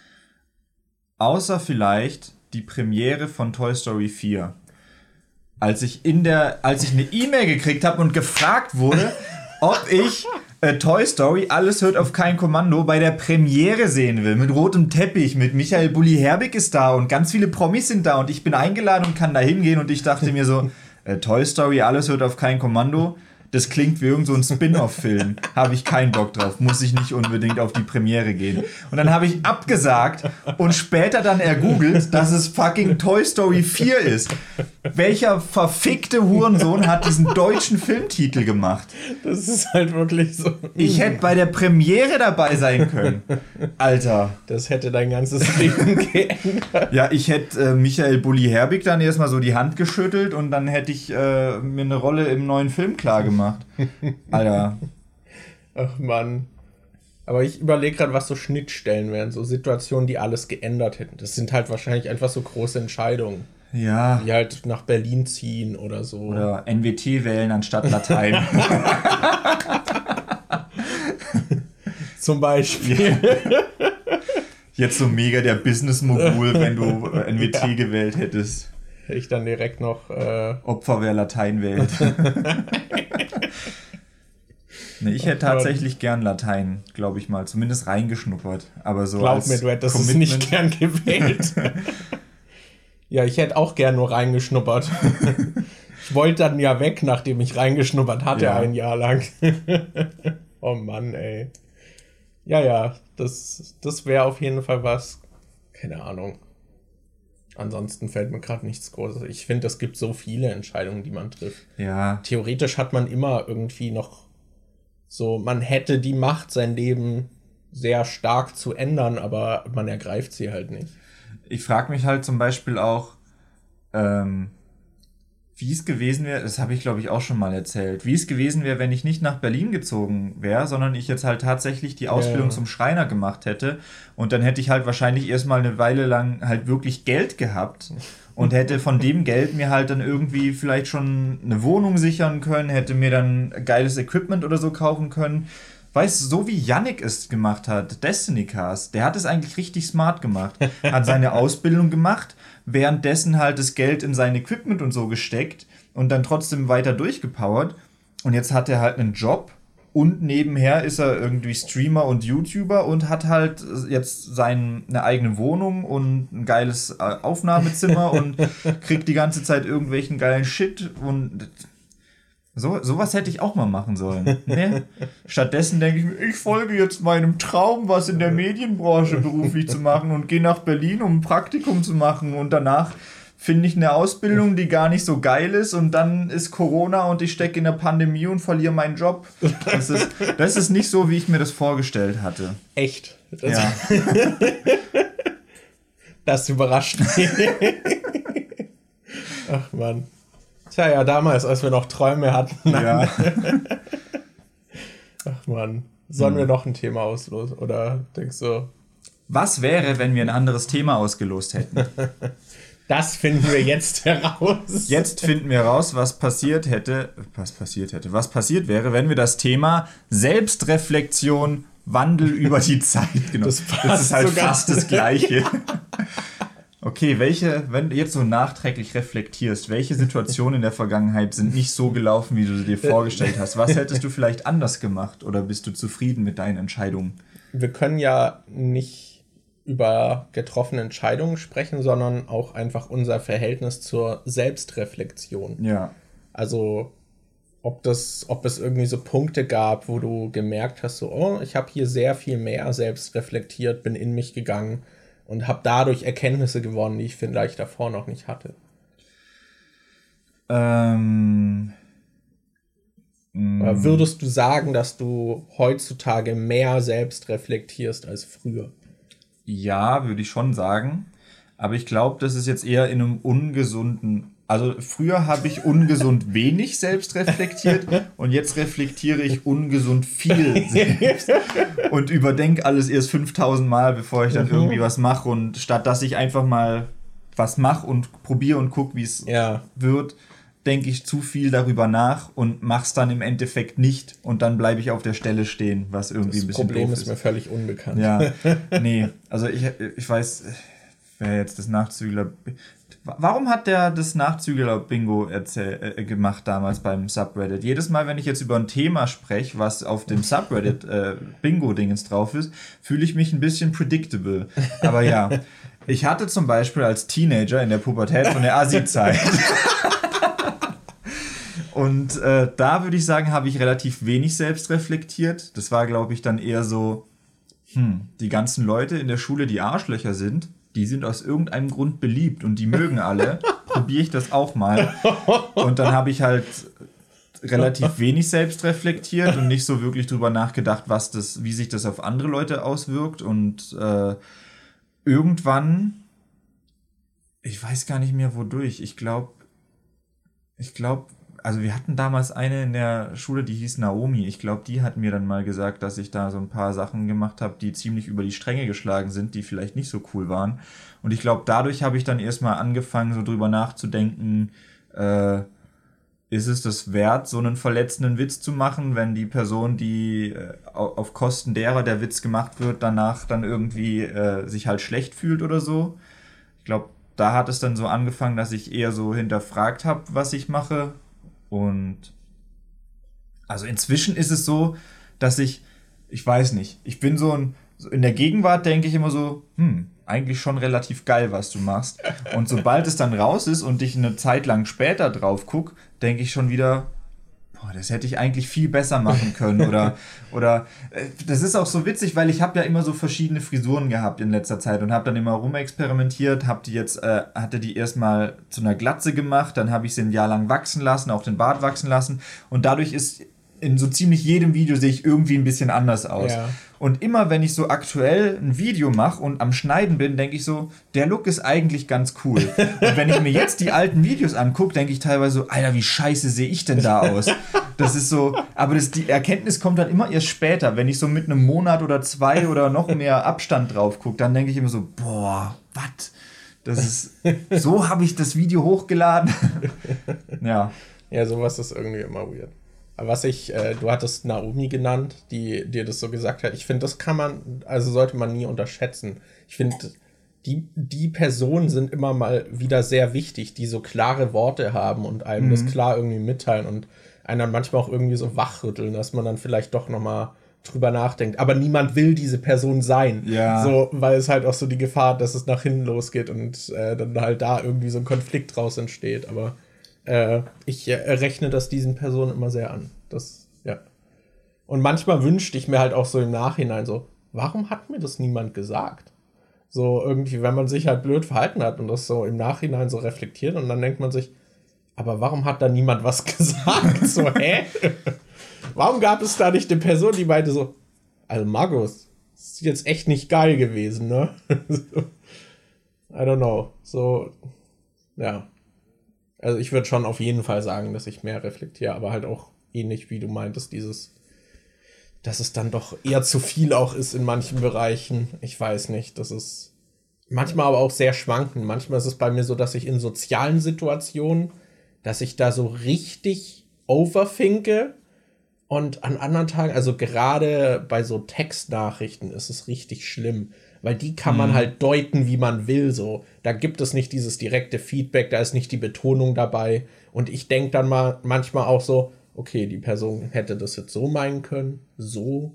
Außer vielleicht die Premiere von Toy Story 4. Als ich eine E-Mail gekriegt habe und gefragt wurde, ob ich Toy Story, alles hört auf kein Kommando, bei der Premiere sehen will, mit rotem Teppich, mit Michael Bulli-Herbig ist da und ganz viele Promis sind da und ich bin eingeladen und kann da hingehen und ich dachte mir so, Toy Story, alles hört auf kein Kommando, das klingt wie irgend so ein Spin-off-Film, habe ich keinen Bock drauf, muss ich nicht unbedingt auf die Premiere gehen. Und dann habe ich abgesagt und später dann ergoogelt, dass es fucking Toy Story 4 ist. Welcher verfickte Hurensohn hat diesen deutschen Filmtitel gemacht? Das ist halt wirklich so. Ich hätte bei der Premiere dabei sein können. Alter. Das hätte dein ganzes Leben geändert. Ja, ich hätte Michael Bulli-Herbig dann erstmal so die Hand geschüttelt und dann hätte ich mir eine Rolle im neuen Film klar gemacht. Alter. Ach Mann. Aber ich überlege gerade, was so Schnittstellen wären, so Situationen, die alles geändert hätten. Das sind halt wahrscheinlich einfach so große Entscheidungen. Ja. Wie halt nach Berlin ziehen oder so. Oder NWT wählen anstatt Latein. Zum Beispiel. Jetzt so mega der Business-Mogul, wenn du NWT gewählt hättest. Hätte ich dann direkt noch Opfer, wer Latein wählt. Nee, ich hätte tatsächlich gern Latein, glaube ich mal, zumindest reingeschnuppert. Aber so glaub mir, du hättest es nicht gern gewählt. Ja, ich hätte auch gern nur reingeschnuppert. Ich wollte dann ja weg, nachdem ich reingeschnuppert hatte, ja. Ein Jahr lang. Oh Mann, ey. Ja, das wäre auf jeden Fall was. Keine Ahnung. Ansonsten fällt mir gerade nichts Großes. Ich finde, es gibt so viele Entscheidungen, die man trifft. Ja. Theoretisch hat man immer irgendwie noch so, man hätte die Macht, sein Leben sehr stark zu ändern, aber man ergreift sie halt nicht. Ich frage mich halt zum Beispiel auch, wie es gewesen wäre, das habe ich glaube ich auch schon mal erzählt, wie es gewesen wäre, wenn ich nicht nach Berlin gezogen wäre, sondern ich jetzt halt tatsächlich die Ausbildung zum Schreiner gemacht hätte und dann hätte ich halt wahrscheinlich erstmal eine Weile lang halt wirklich Geld gehabt und hätte von dem Geld mir halt dann irgendwie vielleicht schon eine Wohnung sichern können, hätte mir dann geiles Equipment oder so kaufen können. Weißt du, so wie Yannick es gemacht hat, Destiny Cast, der hat es eigentlich richtig smart gemacht. Hat seine Ausbildung gemacht, währenddessen halt das Geld in sein Equipment und so gesteckt und dann trotzdem weiter durchgepowert. Und jetzt hat er halt einen Job und nebenher ist er irgendwie Streamer und YouTuber und hat halt jetzt eine eigene Wohnung und ein geiles Aufnahmezimmer und kriegt die ganze Zeit irgendwelchen geilen Shit und... Sowas hätte ich auch mal machen sollen. Ne? Stattdessen denke ich mir, ich folge jetzt meinem Traum, was in der Medienbranche beruflich zu machen und gehe nach Berlin, um ein Praktikum zu machen. Und danach finde ich eine Ausbildung, die gar nicht so geil ist. Und dann ist Corona und ich stecke in der Pandemie und verliere meinen Job. Das ist nicht so, wie ich mir das vorgestellt hatte. Echt? Ja. Das überrascht mich. Ach Mann. Tja, ja, damals, als wir noch Träume hatten. Ja. Ach Mann. Sollen wir noch ein Thema auslosen? Oder denkst du... Was wäre, wenn wir ein anderes Thema ausgelost hätten? Das finden wir jetzt heraus. Jetzt finden wir raus, was passiert wäre, wenn wir das Thema Selbstreflexion, Wandel über die Zeit genommen hätten. Das ist halt fast das Gleiche. Okay, wenn du jetzt so nachträglich reflektierst, welche Situationen in der Vergangenheit sind nicht so gelaufen, wie du sie dir vorgestellt hast? Was hättest du vielleicht anders gemacht oder bist du zufrieden mit deinen Entscheidungen? Wir können ja nicht über getroffene Entscheidungen sprechen, sondern auch einfach unser Verhältnis zur Selbstreflexion. Ja. Also ob es irgendwie so Punkte gab, wo du gemerkt hast, so, oh, ich habe hier sehr viel mehr selbst reflektiert, bin in mich gegangen und habe dadurch Erkenntnisse gewonnen, die ich vielleicht davor noch nicht hatte. Oder würdest du sagen, dass du heutzutage mehr selbst reflektierst als früher? Ja, würde ich schon sagen. Aber ich glaube, das ist jetzt eher in einem ungesunden... Also früher habe ich ungesund wenig selbst reflektiert und jetzt reflektiere ich ungesund viel selbst und überdenke alles erst 5000 Mal, bevor ich dann irgendwie was mache. Und statt dass ich einfach mal was mache und probiere und gucke, wie es wird, denke ich zu viel darüber nach und mache es dann im Endeffekt nicht. Und dann bleibe ich auf der Stelle stehen, was irgendwie ein bisschen doof ist. Das Problem ist mir völlig unbekannt. Ja, nee, also ich weiß, wer jetzt das Nachzügler... Warum hat der das Nachzügler-Bingo gemacht damals beim Subreddit? Jedes Mal, wenn ich jetzt über ein Thema spreche, was auf dem Subreddit Bingo-Dingens drauf ist, fühle ich mich ein bisschen predictable. Aber ja, ich hatte zum Beispiel als Teenager in der Pubertät so eine Assi-Zeit. Und da würde ich sagen, habe ich relativ wenig selbst reflektiert. Das war, glaube ich, dann eher so, die ganzen Leute in der Schule, die Arschlöcher sind, die sind aus irgendeinem Grund beliebt und die mögen alle. Probiere ich das auch mal. Und dann habe ich halt relativ wenig selbst reflektiert und nicht so wirklich drüber nachgedacht, wie sich das auf andere Leute auswirkt. Und irgendwann, ich weiß gar nicht mehr wodurch, ich glaube, also wir hatten damals eine in der Schule, die hieß Naomi. Ich glaube, die hat mir dann mal gesagt, dass ich da so ein paar Sachen gemacht habe, die ziemlich über die Stränge geschlagen sind, die vielleicht nicht so cool waren. Und ich glaube, dadurch habe ich dann erstmal angefangen, so drüber nachzudenken, ist es das wert, so einen verletzenden Witz zu machen, wenn die Person, die auf Kosten derer der Witz gemacht wird, danach dann irgendwie sich halt schlecht fühlt oder so. Ich glaube, da hat es dann so angefangen, dass ich eher so hinterfragt habe, was ich mache. Und also inzwischen ist es so, dass ich weiß nicht, ich bin so in der Gegenwart denke ich immer so, eigentlich schon relativ geil, was du machst. Und sobald es dann raus ist und ich eine Zeit lang später drauf gucke, denke ich schon wieder, das hätte ich eigentlich viel besser machen können. Oder das ist auch so witzig, weil ich habe ja immer so verschiedene Frisuren gehabt in letzter Zeit und habe dann immer rumexperimentiert, hatte die erstmal zu einer Glatze gemacht, dann habe ich sie ein Jahr lang wachsen lassen, auch den Bart wachsen lassen und dadurch ist in so ziemlich jedem Video sehe ich irgendwie ein bisschen anders aus. Ja. Und immer, wenn ich so aktuell ein Video mache und am Schneiden bin, denke ich so, der Look ist eigentlich ganz cool. Und wenn ich mir jetzt die alten Videos angucke, denke ich teilweise so, Alter, wie scheiße sehe ich denn da aus? Das ist so, aber die Erkenntnis kommt dann immer erst später. Wenn ich so mit einem Monat oder 2 oder noch mehr Abstand drauf gucke, dann denke ich immer so, boah, was? Das ist, so habe ich das Video hochgeladen. Ja. Ja, sowas ist irgendwie immer weird. Aber du hattest Naomi genannt, die dir das so gesagt hat. Ich finde, das sollte man nie unterschätzen. Ich finde, die Personen sind immer mal wieder sehr wichtig, die so klare Worte haben und einem das klar irgendwie mitteilen und einen dann manchmal auch irgendwie so wachrütteln, dass man dann vielleicht doch nochmal drüber nachdenkt. Aber niemand will diese Person sein. Ja. So, weil es halt auch so die Gefahr hat, dass es nach hinten losgeht und dann halt da irgendwie so ein Konflikt draus entsteht. Aber ich rechne das diesen Personen immer sehr an. Ja. Und manchmal wünschte ich mir halt auch so im Nachhinein so, warum hat mir das niemand gesagt? So irgendwie, wenn man sich halt blöd verhalten hat und das so im Nachhinein so reflektiert und dann denkt man sich, aber warum hat da niemand was gesagt? So, hä? Warum gab es da nicht eine Person, die meinte so, also Markus, das ist jetzt echt nicht geil gewesen, ne? I don't know. So, ja. Also ich würde schon auf jeden Fall sagen, dass ich mehr reflektiere, aber halt auch ähnlich wie du meintest, dass es dann doch eher zu viel auch ist in manchen Bereichen. Ich weiß nicht, das ist manchmal aber auch sehr schwankend. Manchmal ist es bei mir so, dass ich in sozialen Situationen, dass ich da so richtig overthinke und an anderen Tagen, also gerade bei so Textnachrichten ist es richtig schlimm, weil die kann man halt deuten, wie man will, so. Da gibt es nicht dieses direkte Feedback, da ist nicht die Betonung dabei und ich denke dann mal manchmal auch so, okay, die Person hätte das jetzt so meinen können, so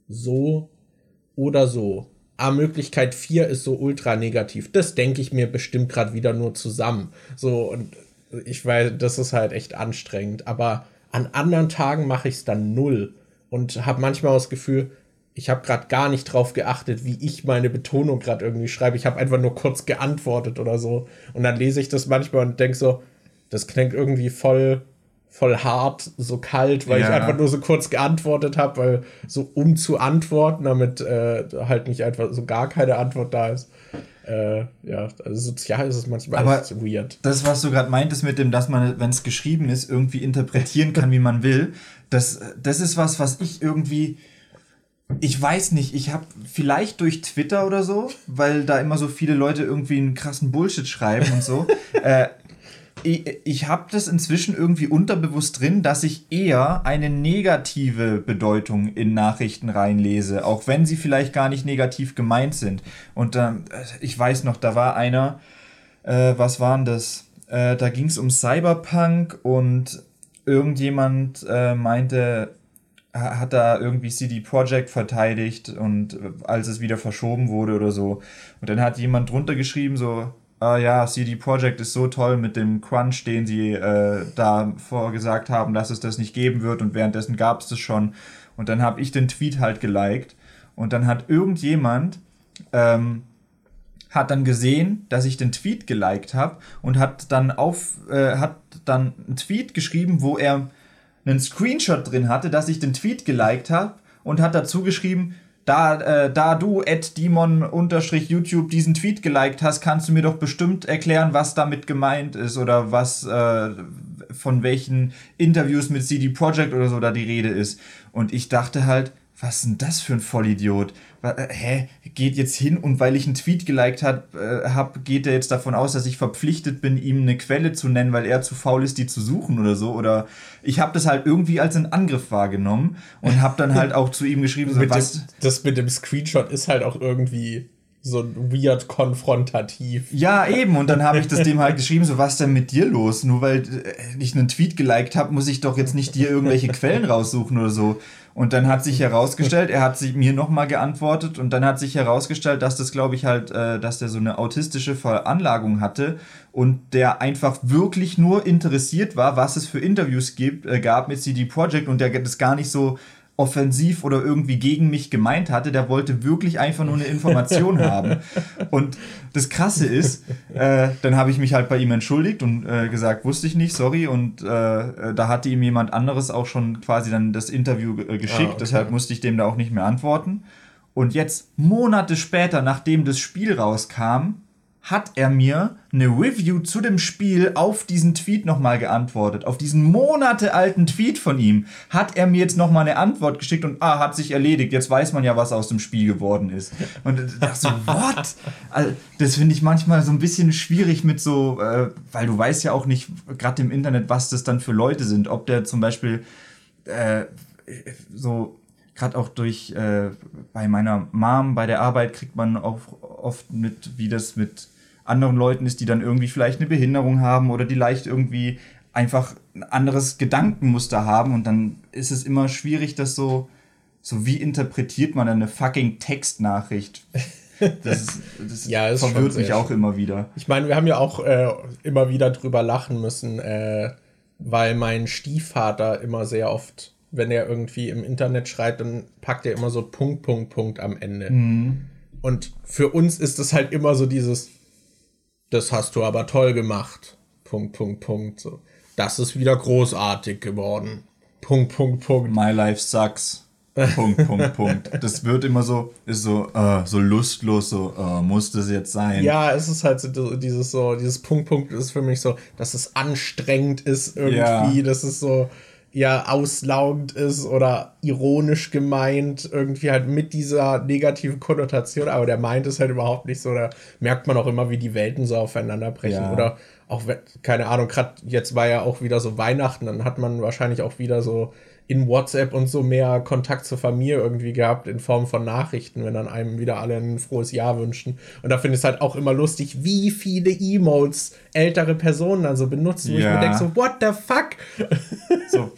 oder so. Aber Möglichkeit 4 ist so ultra negativ. Das denke ich mir bestimmt gerade wieder nur zusammen. So, und ich weiß, das ist halt echt anstrengend. Aber an anderen Tagen mache ich es dann 0 und habe manchmal das Gefühl, ich habe gerade gar nicht drauf geachtet, wie ich meine Betonung gerade irgendwie schreibe. Ich habe einfach nur kurz geantwortet oder so. Und dann lese ich das manchmal und denke so, das klingt irgendwie voll hart, so kalt, weil ich einfach nur so kurz geantwortet habe, weil so zu antworten, damit halt nicht einfach so gar keine Antwort da ist. Ja, also sozial ist es manchmal aber echt weird. Das, was du gerade meintest mit dem, dass man, wenn es geschrieben ist, irgendwie interpretieren kann, wie man will, das ist was ich irgendwie, ich weiß nicht, ich habe vielleicht durch Twitter oder so, weil da immer so viele Leute irgendwie einen krassen Bullshit schreiben und so, ich habe das inzwischen irgendwie unterbewusst drin, dass ich eher eine negative Bedeutung in Nachrichten reinlese, auch wenn sie vielleicht gar nicht negativ gemeint sind. Und ich weiß noch, da war einer, was war denn das? Da ging es um Cyberpunk und irgendjemand meinte, hat da irgendwie CD Projekt verteidigt und als es wieder verschoben wurde oder so. Und dann hat jemand drunter geschrieben so, ja, CD Projekt ist so toll mit dem Crunch, den sie da vorgesagt haben, dass es das nicht geben wird und währenddessen gab es das schon. Und dann habe ich den Tweet halt geliked und dann hat irgendjemand hat dann gesehen, dass ich den Tweet geliked habe und hat dann einen Tweet geschrieben, wo er einen Screenshot drin hatte, dass ich den Tweet geliked habe und hat dazu geschrieben, da du @demon_youtube diesen Tweet geliked hast, kannst du mir doch bestimmt erklären, was damit gemeint ist oder was von welchen Interviews mit CD Projekt oder so da die Rede ist. Und ich dachte halt, was ist denn das für ein Vollidiot? Geht jetzt hin und weil ich einen Tweet geliked habe, geht er jetzt davon aus, dass ich verpflichtet bin, ihm eine Quelle zu nennen, weil er zu faul ist, die zu suchen oder so? Oder ich habe das halt irgendwie als einen Angriff wahrgenommen und habe dann halt auch zu ihm geschrieben, so das mit dem Screenshot ist halt auch irgendwie so weird konfrontativ. Ja, eben. Und dann habe ich das dem halt geschrieben, so, was denn mit dir los? Nur weil ich einen Tweet geliked habe, muss ich doch jetzt nicht dir irgendwelche Quellen raussuchen oder so. Und dann hat sich herausgestellt, er hat mir nochmal geantwortet und dann hat sich herausgestellt, dass das, glaube ich, halt, dass der so eine autistische Veranlagung hatte und der einfach wirklich nur interessiert war, was es für Interviews gab mit CD Projekt und der das gar nicht so offensiv oder irgendwie gegen mich gemeint hatte. Der wollte wirklich einfach nur eine Information haben. Und das Krasse ist, dann habe ich mich halt bei ihm entschuldigt und gesagt, wusste ich nicht, sorry. Und da hatte ihm jemand anderes auch schon quasi dann das Interview geschickt. Okay. Deshalb musste ich dem da auch nicht mehr antworten. Und jetzt, Monate später, nachdem das Spiel rauskam, hat er mir eine Review zu dem Spiel auf diesen Tweet nochmal geantwortet. Auf diesen monatealten Tweet von ihm hat er mir jetzt nochmal eine Antwort geschickt und hat sich erledigt. Jetzt weiß man ja, was aus dem Spiel geworden ist. Und ich dachte so, what? Also, das finde ich manchmal so ein bisschen schwierig mit so, weil du weißt ja auch nicht, gerade im Internet, was das dann für Leute sind. Ob der zum Beispiel so, gerade auch durch, bei meiner Mom, bei der Arbeit kriegt man auch oft mit, wie das mit anderen Leuten ist, die dann irgendwie vielleicht eine Behinderung haben oder die leicht irgendwie einfach ein anderes Gedankenmuster haben und dann ist es immer schwierig, das so wie interpretiert man eine fucking Textnachricht? Das ja, verwirrt mich auch immer wieder. Ich meine, wir haben ja auch immer wieder drüber lachen müssen, weil mein Stiefvater immer sehr oft, wenn er irgendwie im Internet schreibt, dann packt er immer so Punkt am Ende. Mhm. Und für uns ist es halt immer so dieses, das hast du aber toll gemacht. Punkt. So. Das ist wieder großartig geworden. Punkt. My life sucks. Punkt. Das wird immer so, ist so lustlos, so, muss das jetzt sein? Ja, es ist halt so, dieses Punkt ist für mich so, dass es anstrengend ist irgendwie, dass es so, ja, auslaugend ist oder ironisch gemeint, irgendwie halt mit dieser negativen Konnotation, aber der meint es halt überhaupt nicht so, da merkt man auch immer, wie die Welten so aufeinander brechen, ja. Oder auch, keine Ahnung, gerade jetzt war ja auch wieder so Weihnachten, dann hat man wahrscheinlich auch wieder so in WhatsApp und so mehr Kontakt zur Familie irgendwie gehabt in Form von Nachrichten, wenn dann einem wieder alle ein frohes Jahr wünschen. Und da finde ich es halt auch immer lustig, wie viele Emotes ältere Personen dann so benutzen, wo ich mir denke so, what the fuck? So,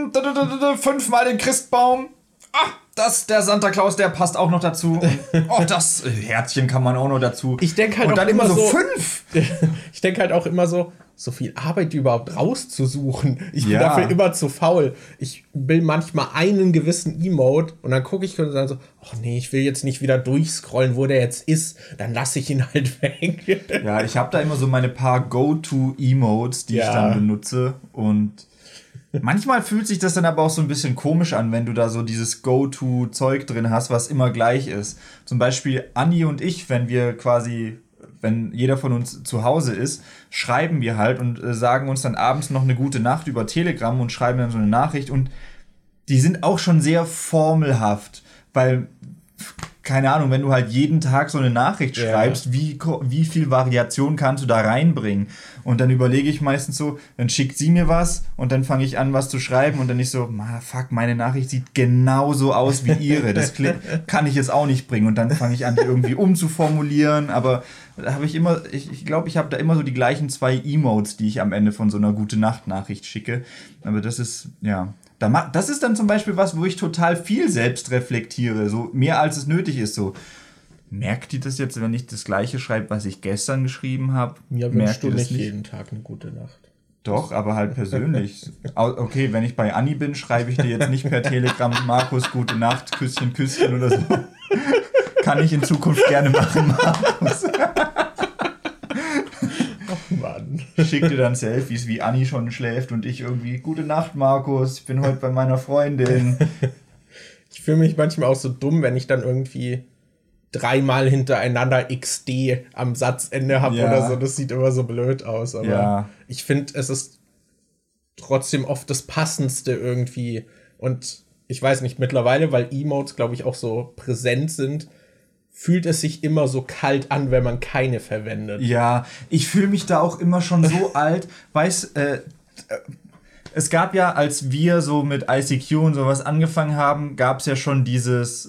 5-mal den Christbaum. Der Santa Claus, der passt auch noch dazu. Das Herzchen kann man auch noch dazu. Ich denke halt und dann immer so 5. Ich denke halt auch immer so viel Arbeit überhaupt rauszusuchen. Ich bin dafür immer zu faul. Ich will manchmal einen gewissen Emote und dann gucke ich und dann so, nee, ich will jetzt nicht wieder durchscrollen, wo der jetzt ist. Dann lasse ich ihn halt weg. Ja, ich habe da immer so meine paar Go-To-Emotes, die ich dann benutze und manchmal fühlt sich das dann aber auch so ein bisschen komisch an, wenn du da so dieses Go-To-Zeug drin hast, was immer gleich ist. Zum Beispiel Anni und ich, wenn jeder von uns zu Hause ist, schreiben wir halt und sagen uns dann abends noch eine gute Nacht über Telegram und schreiben dann so eine Nachricht und die sind auch schon sehr formelhaft, weil, keine Ahnung, wenn du halt jeden Tag so eine Nachricht schreibst, wie viel Variation kannst du da reinbringen? Und dann überlege ich meistens so, dann schickt sie mir was und dann fange ich an, was zu schreiben und dann ich so, meine Nachricht sieht genauso aus wie ihre. Das kann ich jetzt auch nicht bringen. Und dann fange ich an, die irgendwie umzuformulieren, aber da habe ich immer, ich glaube, ich habe da immer so die gleichen 2 Emotes, die ich am Ende von so einer Gute-Nacht-Nachricht schicke. Aber das ist, das ist dann zum Beispiel was, wo ich total viel selbst reflektiere, so mehr als es nötig ist. So, merkt die das jetzt, wenn ich das Gleiche schreibe, was ich gestern geschrieben habe? Mir wünschst du nicht jeden Tag eine gute Nacht. Doch, aber halt persönlich. Okay, wenn ich bei Anni bin, schreibe ich dir jetzt nicht per Telegram, Markus, gute Nacht, Küsschen oder so. Kann ich in Zukunft gerne machen, Markus. Mann. Schick dir dann Selfies, wie Anni schon schläft und ich irgendwie, gute Nacht, Markus, ich bin heute bei meiner Freundin. Ich fühle mich manchmal auch so dumm, wenn ich dann irgendwie 3-mal hintereinander XD am Satzende habe oder so. Das sieht immer so blöd aus. Aber ich finde, es ist trotzdem oft das Passendste irgendwie. Und ich weiß nicht, mittlerweile, weil Emotes, glaube ich, auch so präsent sind, fühlt es sich immer so kalt an, wenn man keine verwendet. Ja, ich fühle mich da auch immer schon so alt. Es gab ja, als wir so mit ICQ und sowas angefangen haben, gab es ja schon dieses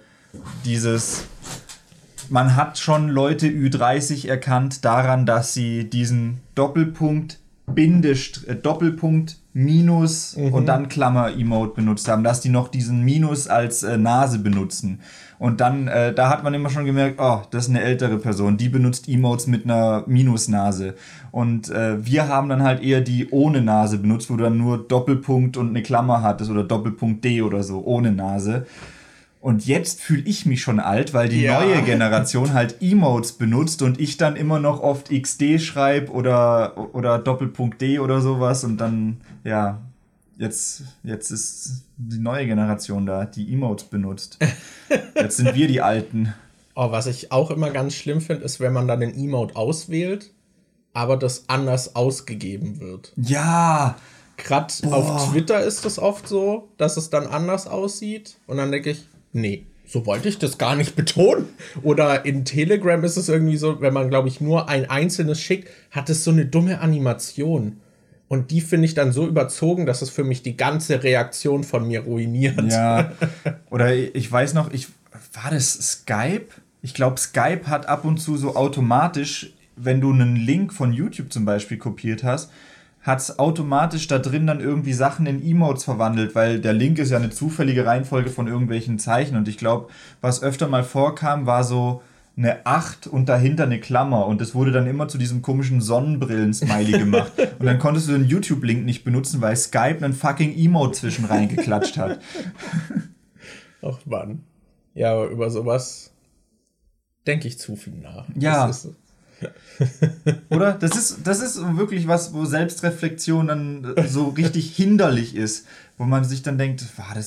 man hat schon Leute Ü30 erkannt daran, dass sie diesen Doppelpunkt Doppelpunkt, Minus und dann Klammer-Emote benutzt haben, dass die noch diesen Minus als Nase benutzen. Und dann, da hat man immer schon gemerkt, oh, das ist eine ältere Person, die benutzt Emotes mit einer Minusnase. Und wir haben dann halt eher die ohne Nase benutzt, wo du dann nur Doppelpunkt und eine Klammer hattest oder Doppelpunkt D oder so, ohne Nase. Und jetzt fühle ich mich schon alt, weil die neue Generation halt Emotes benutzt und ich dann immer noch oft XD schreibe oder Doppelpunkt D oder sowas und dann, ja, jetzt ist die neue Generation da, die Emotes benutzt. Jetzt sind wir die Alten. Oh, was ich auch immer ganz schlimm finde, ist, wenn man dann den Emote auswählt, aber das anders ausgegeben wird. Ja! Gerade auf Twitter ist es oft so, dass es dann anders aussieht und dann denke ich, nee, so wollte ich das gar nicht betonen. Oder in Telegram ist es irgendwie so, wenn man, glaube ich, nur ein einzelnes schickt, hat es so eine dumme Animation. Und die finde ich dann so überzogen, dass es für mich die ganze Reaktion von mir ruiniert. Ja, oder ich weiß noch, war das Skype? Ich glaube, Skype hat ab und zu so automatisch, wenn du einen Link von YouTube zum Beispiel kopiert hast, hat es automatisch da drin dann irgendwie Sachen in Emotes verwandelt, weil der Link ist ja eine zufällige Reihenfolge von irgendwelchen Zeichen. Und ich glaube, was öfter mal vorkam, war so eine 8 und dahinter eine Klammer. Und das wurde dann immer zu diesem komischen Sonnenbrillen-Smiley gemacht. Und dann konntest du den YouTube-Link nicht benutzen, weil Skype einen fucking Emote zwischen reingeklatscht hat. Ach Mann. Ja, aber über sowas denke ich zu viel nach. Ja. Das ist Oder? Das ist wirklich was, wo Selbstreflexion dann so richtig hinderlich ist. Wo man sich dann denkt,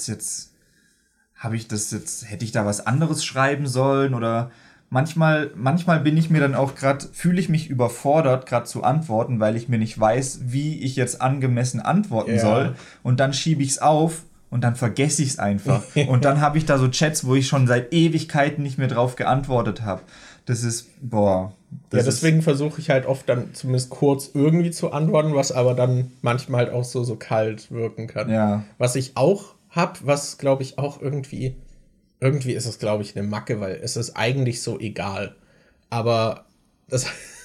hätte ich da was anderes schreiben sollen? Oder manchmal bin ich mir dann auch fühle ich mich überfordert, gerade zu antworten, weil ich mir nicht weiß, wie ich jetzt angemessen antworten soll. Und dann schiebe ich es auf und dann vergesse ich es einfach. Und dann habe ich da so Chats, wo ich schon seit Ewigkeiten nicht mehr drauf geantwortet habe. Das ist, deswegen versuche ich halt oft dann zumindest kurz irgendwie zu antworten, was aber dann manchmal halt auch so kalt wirken kann. Ja. Was ich auch habe, was glaube ich auch irgendwie ist es glaube ich eine Macke, weil es ist eigentlich so egal. Aber das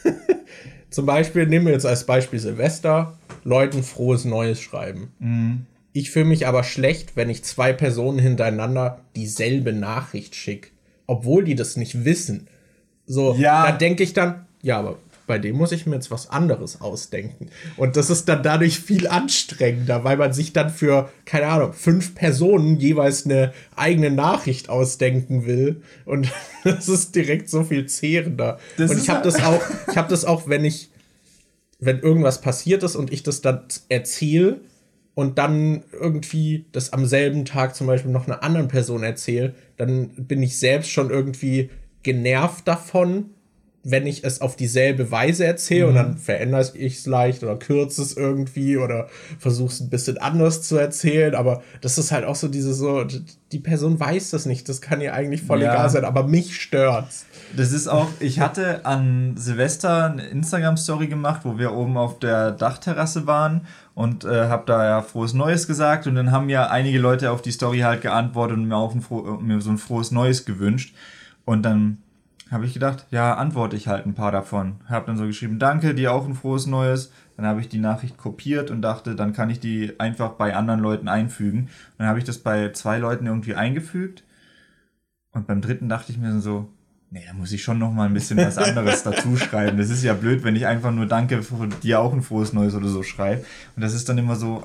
zum Beispiel, nehmen wir jetzt als Beispiel Silvester, Leuten frohes Neues schreiben. Mhm. Ich fühle mich aber schlecht, wenn ich 2 Personen hintereinander dieselbe Nachricht schicke, obwohl die das nicht wissen. So, da denke ich dann, ja, aber bei dem muss ich mir jetzt was anderes ausdenken. Und das ist dann dadurch viel anstrengender, weil man sich dann für, keine Ahnung, 5 Personen jeweils eine eigene Nachricht ausdenken will. Und das ist direkt so viel zehrender. Und ich habe das auch, wenn irgendwas passiert ist und ich das dann erzähle und dann irgendwie das am selben Tag zum Beispiel noch einer anderen Person erzähle, dann bin ich selbst schon irgendwie genervt davon, wenn ich es auf dieselbe Weise erzähle und dann verändere ich es leicht oder kürze es irgendwie oder versuche es ein bisschen anders zu erzählen, aber das ist halt auch so die Person weiß das nicht, das kann ihr eigentlich voll egal sein, aber mich stört's. Das ist auch, ich hatte an Silvester eine Instagram-Story gemacht, wo wir oben auf der Dachterrasse waren und habe da ja frohes Neues gesagt und dann haben ja einige Leute auf die Story halt geantwortet und mir so ein frohes Neues gewünscht. Und dann habe ich gedacht, ja, antworte ich halt ein paar davon. Habe dann so geschrieben, danke, dir auch ein frohes Neues. Dann habe ich die Nachricht kopiert und dachte, dann kann ich die einfach bei anderen Leuten einfügen. Und dann habe ich das bei 2 Leuten irgendwie eingefügt. Und beim 3. dachte ich mir so, nee, da muss ich schon noch mal ein bisschen was anderes dazu schreiben. Das ist ja blöd, wenn ich einfach nur danke, dir auch ein frohes Neues oder so schreibe. Und das ist dann immer so,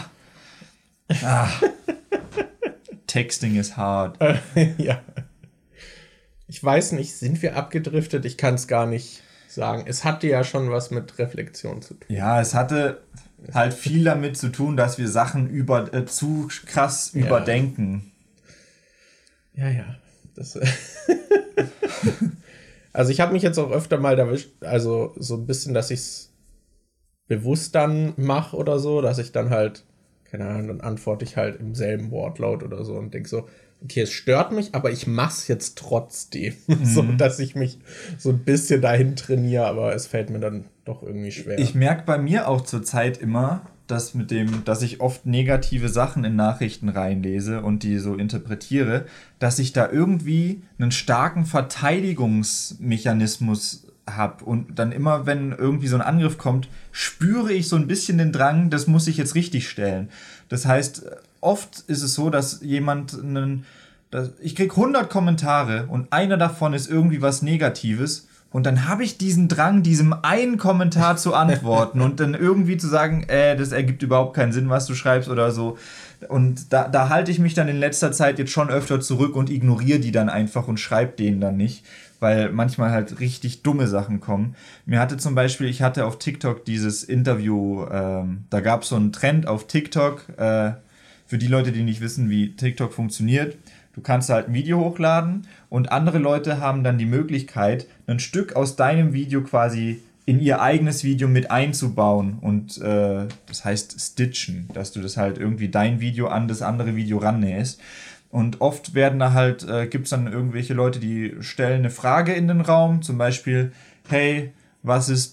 Texting is hard. Ja. Ich weiß nicht, sind wir abgedriftet? Ich kann es gar nicht sagen. Es hatte ja schon was mit Reflexion zu tun. Ja, es hatte halt viel damit zu tun, dass wir Sachen zu krass überdenken. Ja. Also ich habe mich jetzt auch öfter mal erwischt, also so ein bisschen, dass ich es bewusst dann mache oder so, dass ich dann halt, keine Ahnung, dann antworte ich halt im selben Wortlaut oder so und denke so, okay, es stört mich, aber ich mach's jetzt trotzdem. So, dass ich mich so ein bisschen dahin trainiere, aber es fällt mir dann doch irgendwie schwer. Ich merke bei mir auch zur Zeit immer, dass ich oft negative Sachen in Nachrichten reinlese und die so interpretiere, dass ich da irgendwie einen starken Verteidigungsmechanismus habe und dann immer, wenn irgendwie so ein Angriff kommt, spüre ich so ein bisschen den Drang, das muss ich jetzt richtig stellen. Das heißt, oft ist es so, dass ich krieg 100 Kommentare und einer davon ist irgendwie was Negatives und dann habe ich diesen Drang, diesem einen Kommentar zu antworten und dann irgendwie zu sagen, das ergibt überhaupt keinen Sinn, was du schreibst oder so. Und da halte ich mich dann in letzter Zeit jetzt schon öfter zurück und ignoriere die dann einfach und schreibe denen dann nicht, weil manchmal halt richtig dumme Sachen kommen. Ich hatte auf TikTok dieses Interview, da gab es so einen Trend auf TikTok, für die Leute, die nicht wissen, wie TikTok funktioniert. Du kannst halt ein Video hochladen und andere Leute haben dann die Möglichkeit, ein Stück aus deinem Video quasi in ihr eigenes Video mit einzubauen und das heißt stitchen, dass du das halt irgendwie dein Video an das andere Video rannähst. Und oft gibt's dann irgendwelche Leute, die stellen eine Frage in den Raum, zum Beispiel, hey, was ist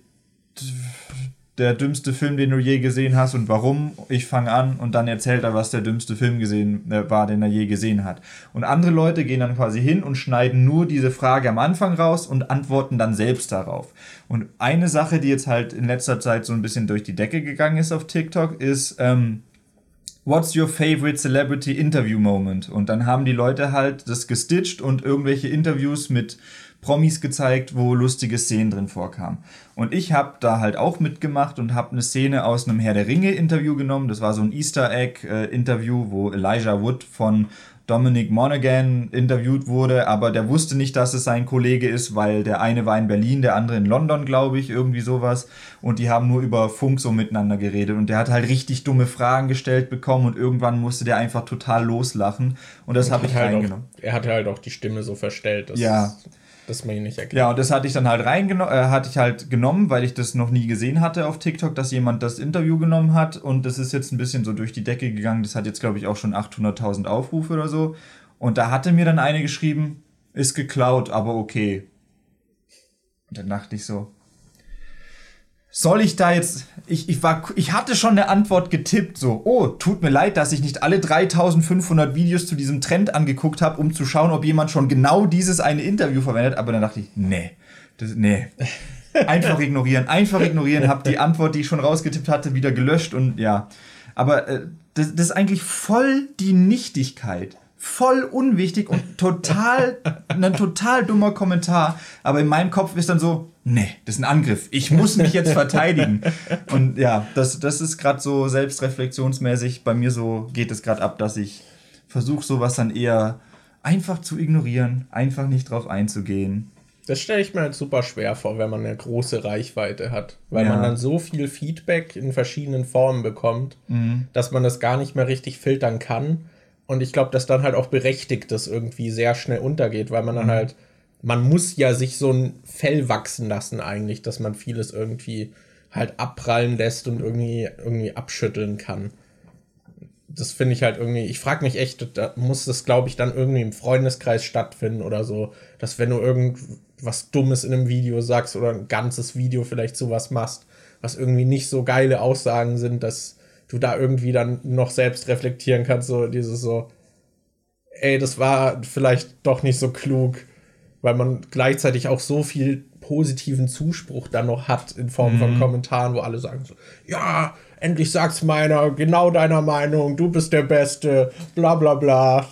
der dümmste Film, den du je gesehen hast und warum? Ich fange an und dann erzählt er, was der dümmste Film war, den er je gesehen hat. Und andere Leute gehen dann quasi hin und schneiden nur diese Frage am Anfang raus und antworten dann selbst darauf. Und eine Sache, die jetzt halt in letzter Zeit so ein bisschen durch die Decke gegangen ist auf TikTok, ist What's your favorite celebrity interview moment? Und dann haben die Leute halt das gestitcht und irgendwelche Interviews mit Promis gezeigt, wo lustige Szenen drin vorkamen. Und ich habe da halt auch mitgemacht und habe eine Szene aus einem Herr der Ringe-Interview genommen. Das war so ein Easter-Egg-Interview, wo Elijah Wood von Dominic Monaghan interviewt wurde, aber der wusste nicht, dass es sein Kollege ist, weil der eine war in Berlin, der andere in London, glaube ich, irgendwie sowas. Und die haben nur über Funk so miteinander geredet. Und der hat halt richtig dumme Fragen gestellt bekommen und irgendwann musste der einfach total loslachen. Und das habe ich reingenommen. Er hatte halt auch die Stimme so verstellt. Das man ihn nicht erkennt. Ja, und das hatte ich dann halt genommen, weil ich das noch nie gesehen hatte auf TikTok, dass jemand das Interview genommen hat. Und das ist jetzt ein bisschen so durch die Decke gegangen. Das hat jetzt, glaube ich, auch schon 800.000 Aufrufe oder so. Und da hatte mir dann eine geschrieben, ist geklaut, aber okay. Und dann dachte ich so, soll ich da jetzt... Ich hatte schon eine Antwort getippt, so, oh, tut mir leid, dass ich nicht alle 3500 Videos zu diesem Trend angeguckt habe, um zu schauen, ob jemand schon genau dieses eine Interview verwendet. Aber dann dachte ich, nee. Einfach ignorieren, hab die Antwort, die ich schon rausgetippt hatte, wieder gelöscht und ja. Aber das ist eigentlich voll die Nichtigkeit. Voll unwichtig und ein total dummer Kommentar. Aber in meinem Kopf ist dann so, nee, das ist ein Angriff. Ich muss mich jetzt verteidigen. Und ja, das ist gerade so selbstreflexionsmäßig. Bei mir so geht es gerade ab, dass ich versuche, sowas dann eher einfach zu ignorieren, einfach nicht drauf einzugehen. Das stelle ich mir halt super schwer vor, wenn man eine große Reichweite hat. Weil man dann so viel Feedback in verschiedenen Formen bekommt, dass man das gar nicht mehr richtig filtern kann. Und ich glaube, dass dann halt auch berechtigt das irgendwie sehr schnell untergeht, weil man dann halt, man muss ja sich so ein Fell wachsen lassen eigentlich, dass man vieles irgendwie halt abprallen lässt und irgendwie abschütteln kann. Das finde ich halt irgendwie, ich frage mich echt, da muss das, glaube ich, dann irgendwie im Freundeskreis stattfinden oder so, dass wenn du irgendwas Dummes in einem Video sagst oder ein ganzes Video vielleicht sowas machst, was irgendwie nicht so geile Aussagen sind, dass du da irgendwie dann noch selbst reflektieren kannst, so dieses so, ey, das war vielleicht doch nicht so klug, weil man gleichzeitig auch so viel positiven Zuspruch dann noch hat in Form von Kommentaren, wo alle sagen so, ja, endlich sagt's meiner, genau deiner Meinung, du bist der Beste, bla bla bla.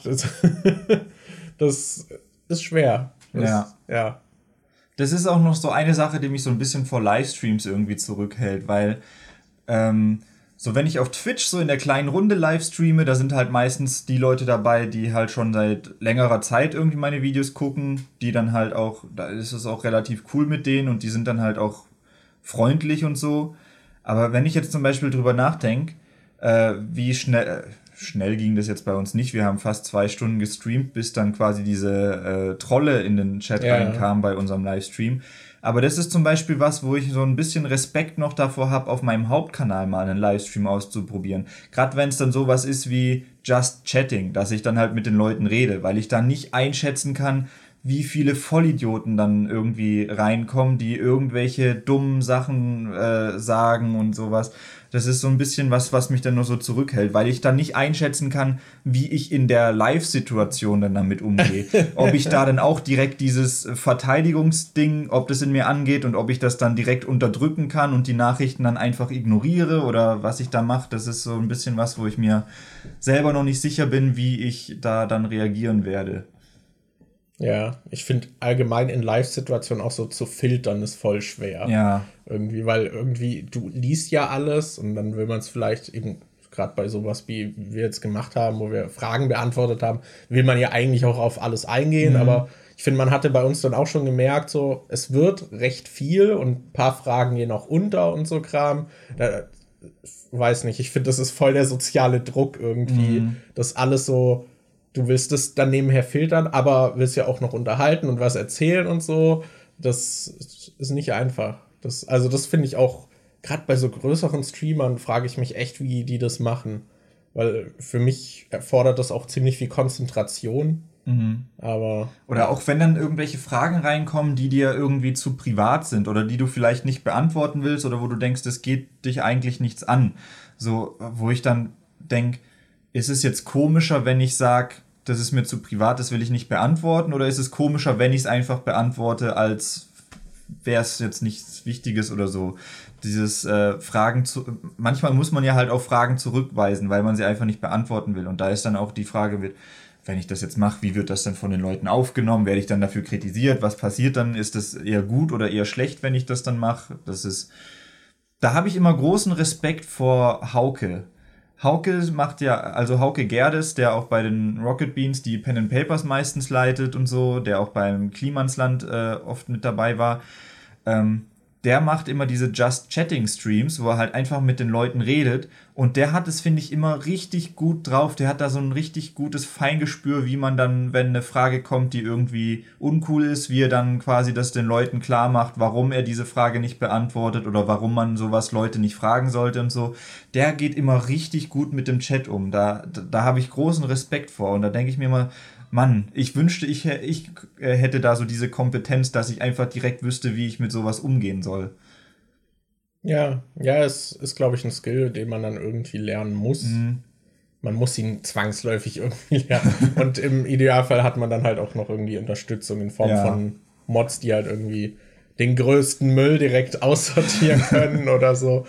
Das ist schwer. Ja. Das ist auch noch so eine Sache, die mich so ein bisschen vor Livestreams irgendwie zurückhält, weil so, wenn ich auf Twitch so in der kleinen Runde live streame, da sind halt meistens die Leute dabei, die halt schon seit längerer Zeit irgendwie meine Videos gucken, die dann halt auch, da ist es auch relativ cool mit denen und die sind dann halt auch freundlich und so. Aber wenn ich jetzt zum Beispiel drüber nachdenke, wie schnell ging das jetzt bei uns nicht, wir haben fast 2 Stunden gestreamt, bis dann quasi diese Trolle in den Chat reinkamen bei unserem Livestream. Aber das ist zum Beispiel was, wo ich so ein bisschen Respekt noch davor habe, auf meinem Hauptkanal mal einen Livestream auszuprobieren. Gerade wenn es dann sowas ist wie Just Chatting, dass ich dann halt mit den Leuten rede, weil ich dann nicht einschätzen kann, wie viele Vollidioten dann irgendwie reinkommen, die irgendwelche dummen Sachen sagen und sowas. Das ist so ein bisschen was mich dann nur so zurückhält, weil ich dann nicht einschätzen kann, wie ich in der Live-Situation dann damit umgehe. Ob ich da dann auch direkt dieses Verteidigungsding, ob das in mir angeht und ob ich das dann direkt unterdrücken kann und die Nachrichten dann einfach ignoriere oder was ich da mache. Das ist so ein bisschen was, wo ich mir selber noch nicht sicher bin, wie ich da dann reagieren werde. Ja, ich finde allgemein in Live-Situationen auch so zu filtern ist voll schwer. Ja. Irgendwie, weil irgendwie du liest ja alles und dann will man es vielleicht eben, gerade bei sowas, wie wir jetzt gemacht haben, wo wir Fragen beantwortet haben, will man ja eigentlich auch auf alles eingehen, aber ich finde, man hatte bei uns dann auch schon gemerkt, so, es wird recht viel und ein paar Fragen gehen auch unter und so Kram. Da, weiß nicht, ich finde, das ist voll der soziale Druck irgendwie, dass alles so, du willst es dann nebenher filtern, aber willst ja auch noch unterhalten und was erzählen und so. Das ist nicht einfach. Das finde ich auch, gerade bei so größeren Streamern, frage ich mich echt, wie die das machen. Weil für mich erfordert das auch ziemlich viel Konzentration. Aber. Oder auch wenn dann irgendwelche Fragen reinkommen, die dir irgendwie zu privat sind oder die du vielleicht nicht beantworten willst oder wo du denkst, das geht dich eigentlich nichts an. So, wo ich dann denke, ist es jetzt komischer, wenn ich sage, das ist mir zu privat, das will ich nicht beantworten? Oder ist es komischer, wenn ich es einfach beantworte, als wäre es jetzt nichts Wichtiges oder so? Dieses manchmal muss man ja halt auf Fragen zurückweisen, weil man sie einfach nicht beantworten will. Und da ist dann auch die Frage, wenn ich das jetzt mache, wie wird das dann von den Leuten aufgenommen? Werde ich dann dafür kritisiert? Was passiert dann? Ist das eher gut oder eher schlecht, wenn ich das dann mache? Da habe ich immer großen Respekt vor Hauke. Hauke Hauke Gerdes, der auch bei den Rocket Beans die Pen and Papers meistens leitet und so, der auch beim Klimansland oft mit dabei war, der macht immer diese Just Chatting Streams, wo er halt einfach mit den Leuten redet und der hat es, finde ich, immer richtig gut drauf, der hat da so ein richtig gutes Feingespür, wie man dann, wenn eine Frage kommt, die irgendwie uncool ist, wie er dann quasi das den Leuten klar macht, warum er diese Frage nicht beantwortet oder warum man sowas Leute nicht fragen sollte und so. Der geht immer richtig gut mit dem Chat um, da habe ich großen Respekt vor und da denke ich mir immer, Mann, ich wünschte, ich hätte da so diese Kompetenz, dass ich einfach direkt wüsste, wie ich mit sowas umgehen soll. Ja, es ist, glaube ich, ein Skill, den man dann irgendwie lernen muss. Man muss ihn zwangsläufig irgendwie lernen. Und im Idealfall hat man dann halt auch noch irgendwie Unterstützung in Form von Mods, die halt irgendwie den größten Müll direkt aussortieren können oder so.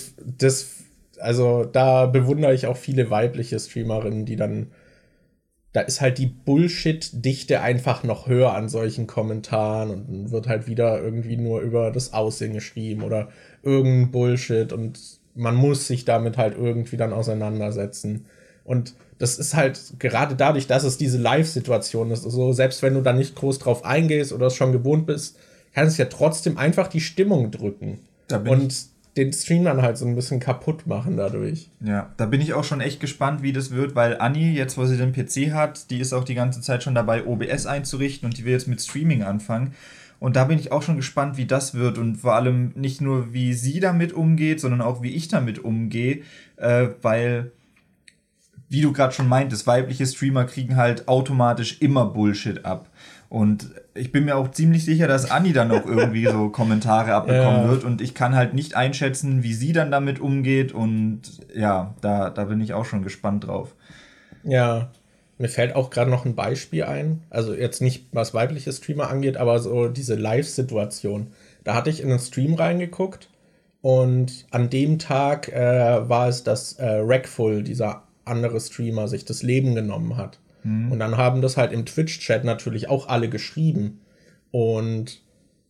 Also da bewundere ich auch viele weibliche Streamerinnen, die dann da ist halt die Bullshit-Dichte einfach noch höher an solchen Kommentaren und dann wird halt wieder irgendwie nur über das Aussehen geschrieben oder irgendein Bullshit und man muss sich damit halt irgendwie dann auseinandersetzen. Und das ist halt gerade dadurch, dass es diese Live-Situation ist, also selbst wenn du da nicht groß drauf eingehst oder es schon gewohnt bist, kann es ja trotzdem einfach die Stimmung drücken. Und den Stream dann halt so ein bisschen kaputt machen dadurch. Ja, da bin ich auch schon echt gespannt, wie das wird, weil Anni, jetzt wo sie den PC hat, die ist auch die ganze Zeit schon dabei, OBS einzurichten und die will jetzt mit Streaming anfangen. Und da bin ich auch schon gespannt, wie das wird und vor allem nicht nur, wie sie damit umgeht, sondern auch, wie ich damit umgehe, weil, wie du gerade schon meintest, weibliche Streamer kriegen halt automatisch immer Bullshit ab. Und ich bin mir auch ziemlich sicher, dass Anni dann auch irgendwie so Kommentare abbekommen wird und ich kann halt nicht einschätzen, wie sie dann damit umgeht und ja, da bin ich auch schon gespannt drauf. Ja, mir fällt auch gerade noch ein Beispiel ein, also jetzt nicht, was weibliche Streamer angeht, aber so diese Live-Situation. Da hatte ich in einen Stream reingeguckt und an dem Tag war es, dass Rackful, dieser andere Streamer, sich das Leben genommen hat. Und dann haben das halt im Twitch-Chat natürlich auch alle geschrieben. Und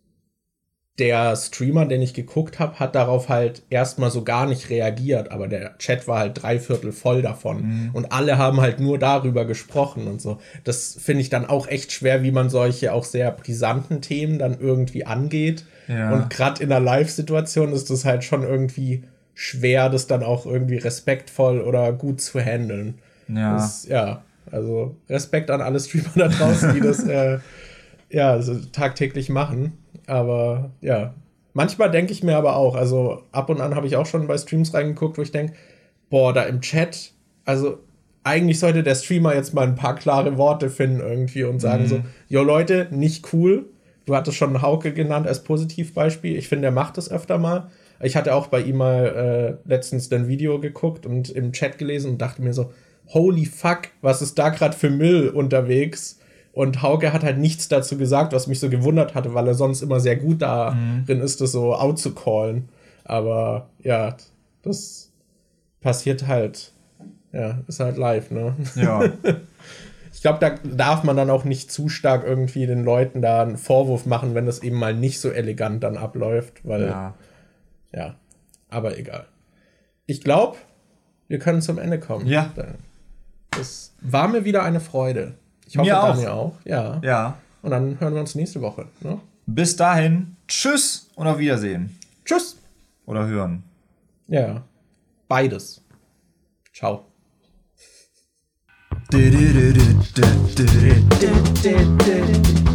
der Streamer, den ich geguckt habe, hat darauf halt erstmal so gar nicht reagiert. Aber der Chat war halt 3/4 voll davon. Und alle haben halt nur darüber gesprochen und so. Das finde ich dann auch echt schwer, wie man solche auch sehr brisanten Themen dann irgendwie angeht. Ja. Und gerade in einer Live-Situation ist das halt schon irgendwie schwer, das dann auch irgendwie respektvoll oder gut zu handeln. Ja. Also Respekt an alle Streamer da draußen, die das so tagtäglich machen. Aber ja, manchmal denke ich mir aber auch, also ab und an habe ich auch schon bei Streams reingeguckt, wo ich denke, boah, da im Chat, also eigentlich sollte der Streamer jetzt mal ein paar klare Worte finden irgendwie und sagen so, jo Leute, nicht cool. Du hattest schon Hauke genannt als Positivbeispiel. Ich finde, er macht das öfter mal. Ich hatte auch bei ihm mal letztens ein Video geguckt und im Chat gelesen und dachte mir so, holy fuck, was ist da gerade für Müll unterwegs? Und Hauke hat halt nichts dazu gesagt, was mich so gewundert hatte, weil er sonst immer sehr gut darin ist, das so out zu callen. Aber ja, das passiert halt. Ja, ist halt live, ne? Ja. Ich glaube, da darf man dann auch nicht zu stark irgendwie den Leuten da einen Vorwurf machen, wenn das eben mal nicht so elegant dann abläuft, weil, ja, aber egal. Ich glaube, wir können zum Ende kommen. Ja. Das war mir wieder eine Freude. Ich hoffe, mir auch. Daniel auch. Ja. Ja. Und dann hören wir uns nächste Woche. Ne? Bis dahin, tschüss und auf Wiedersehen. Tschüss. Oder hören. Ja. Beides. Ciao. Du, du, du, du, du, du, du, du, du.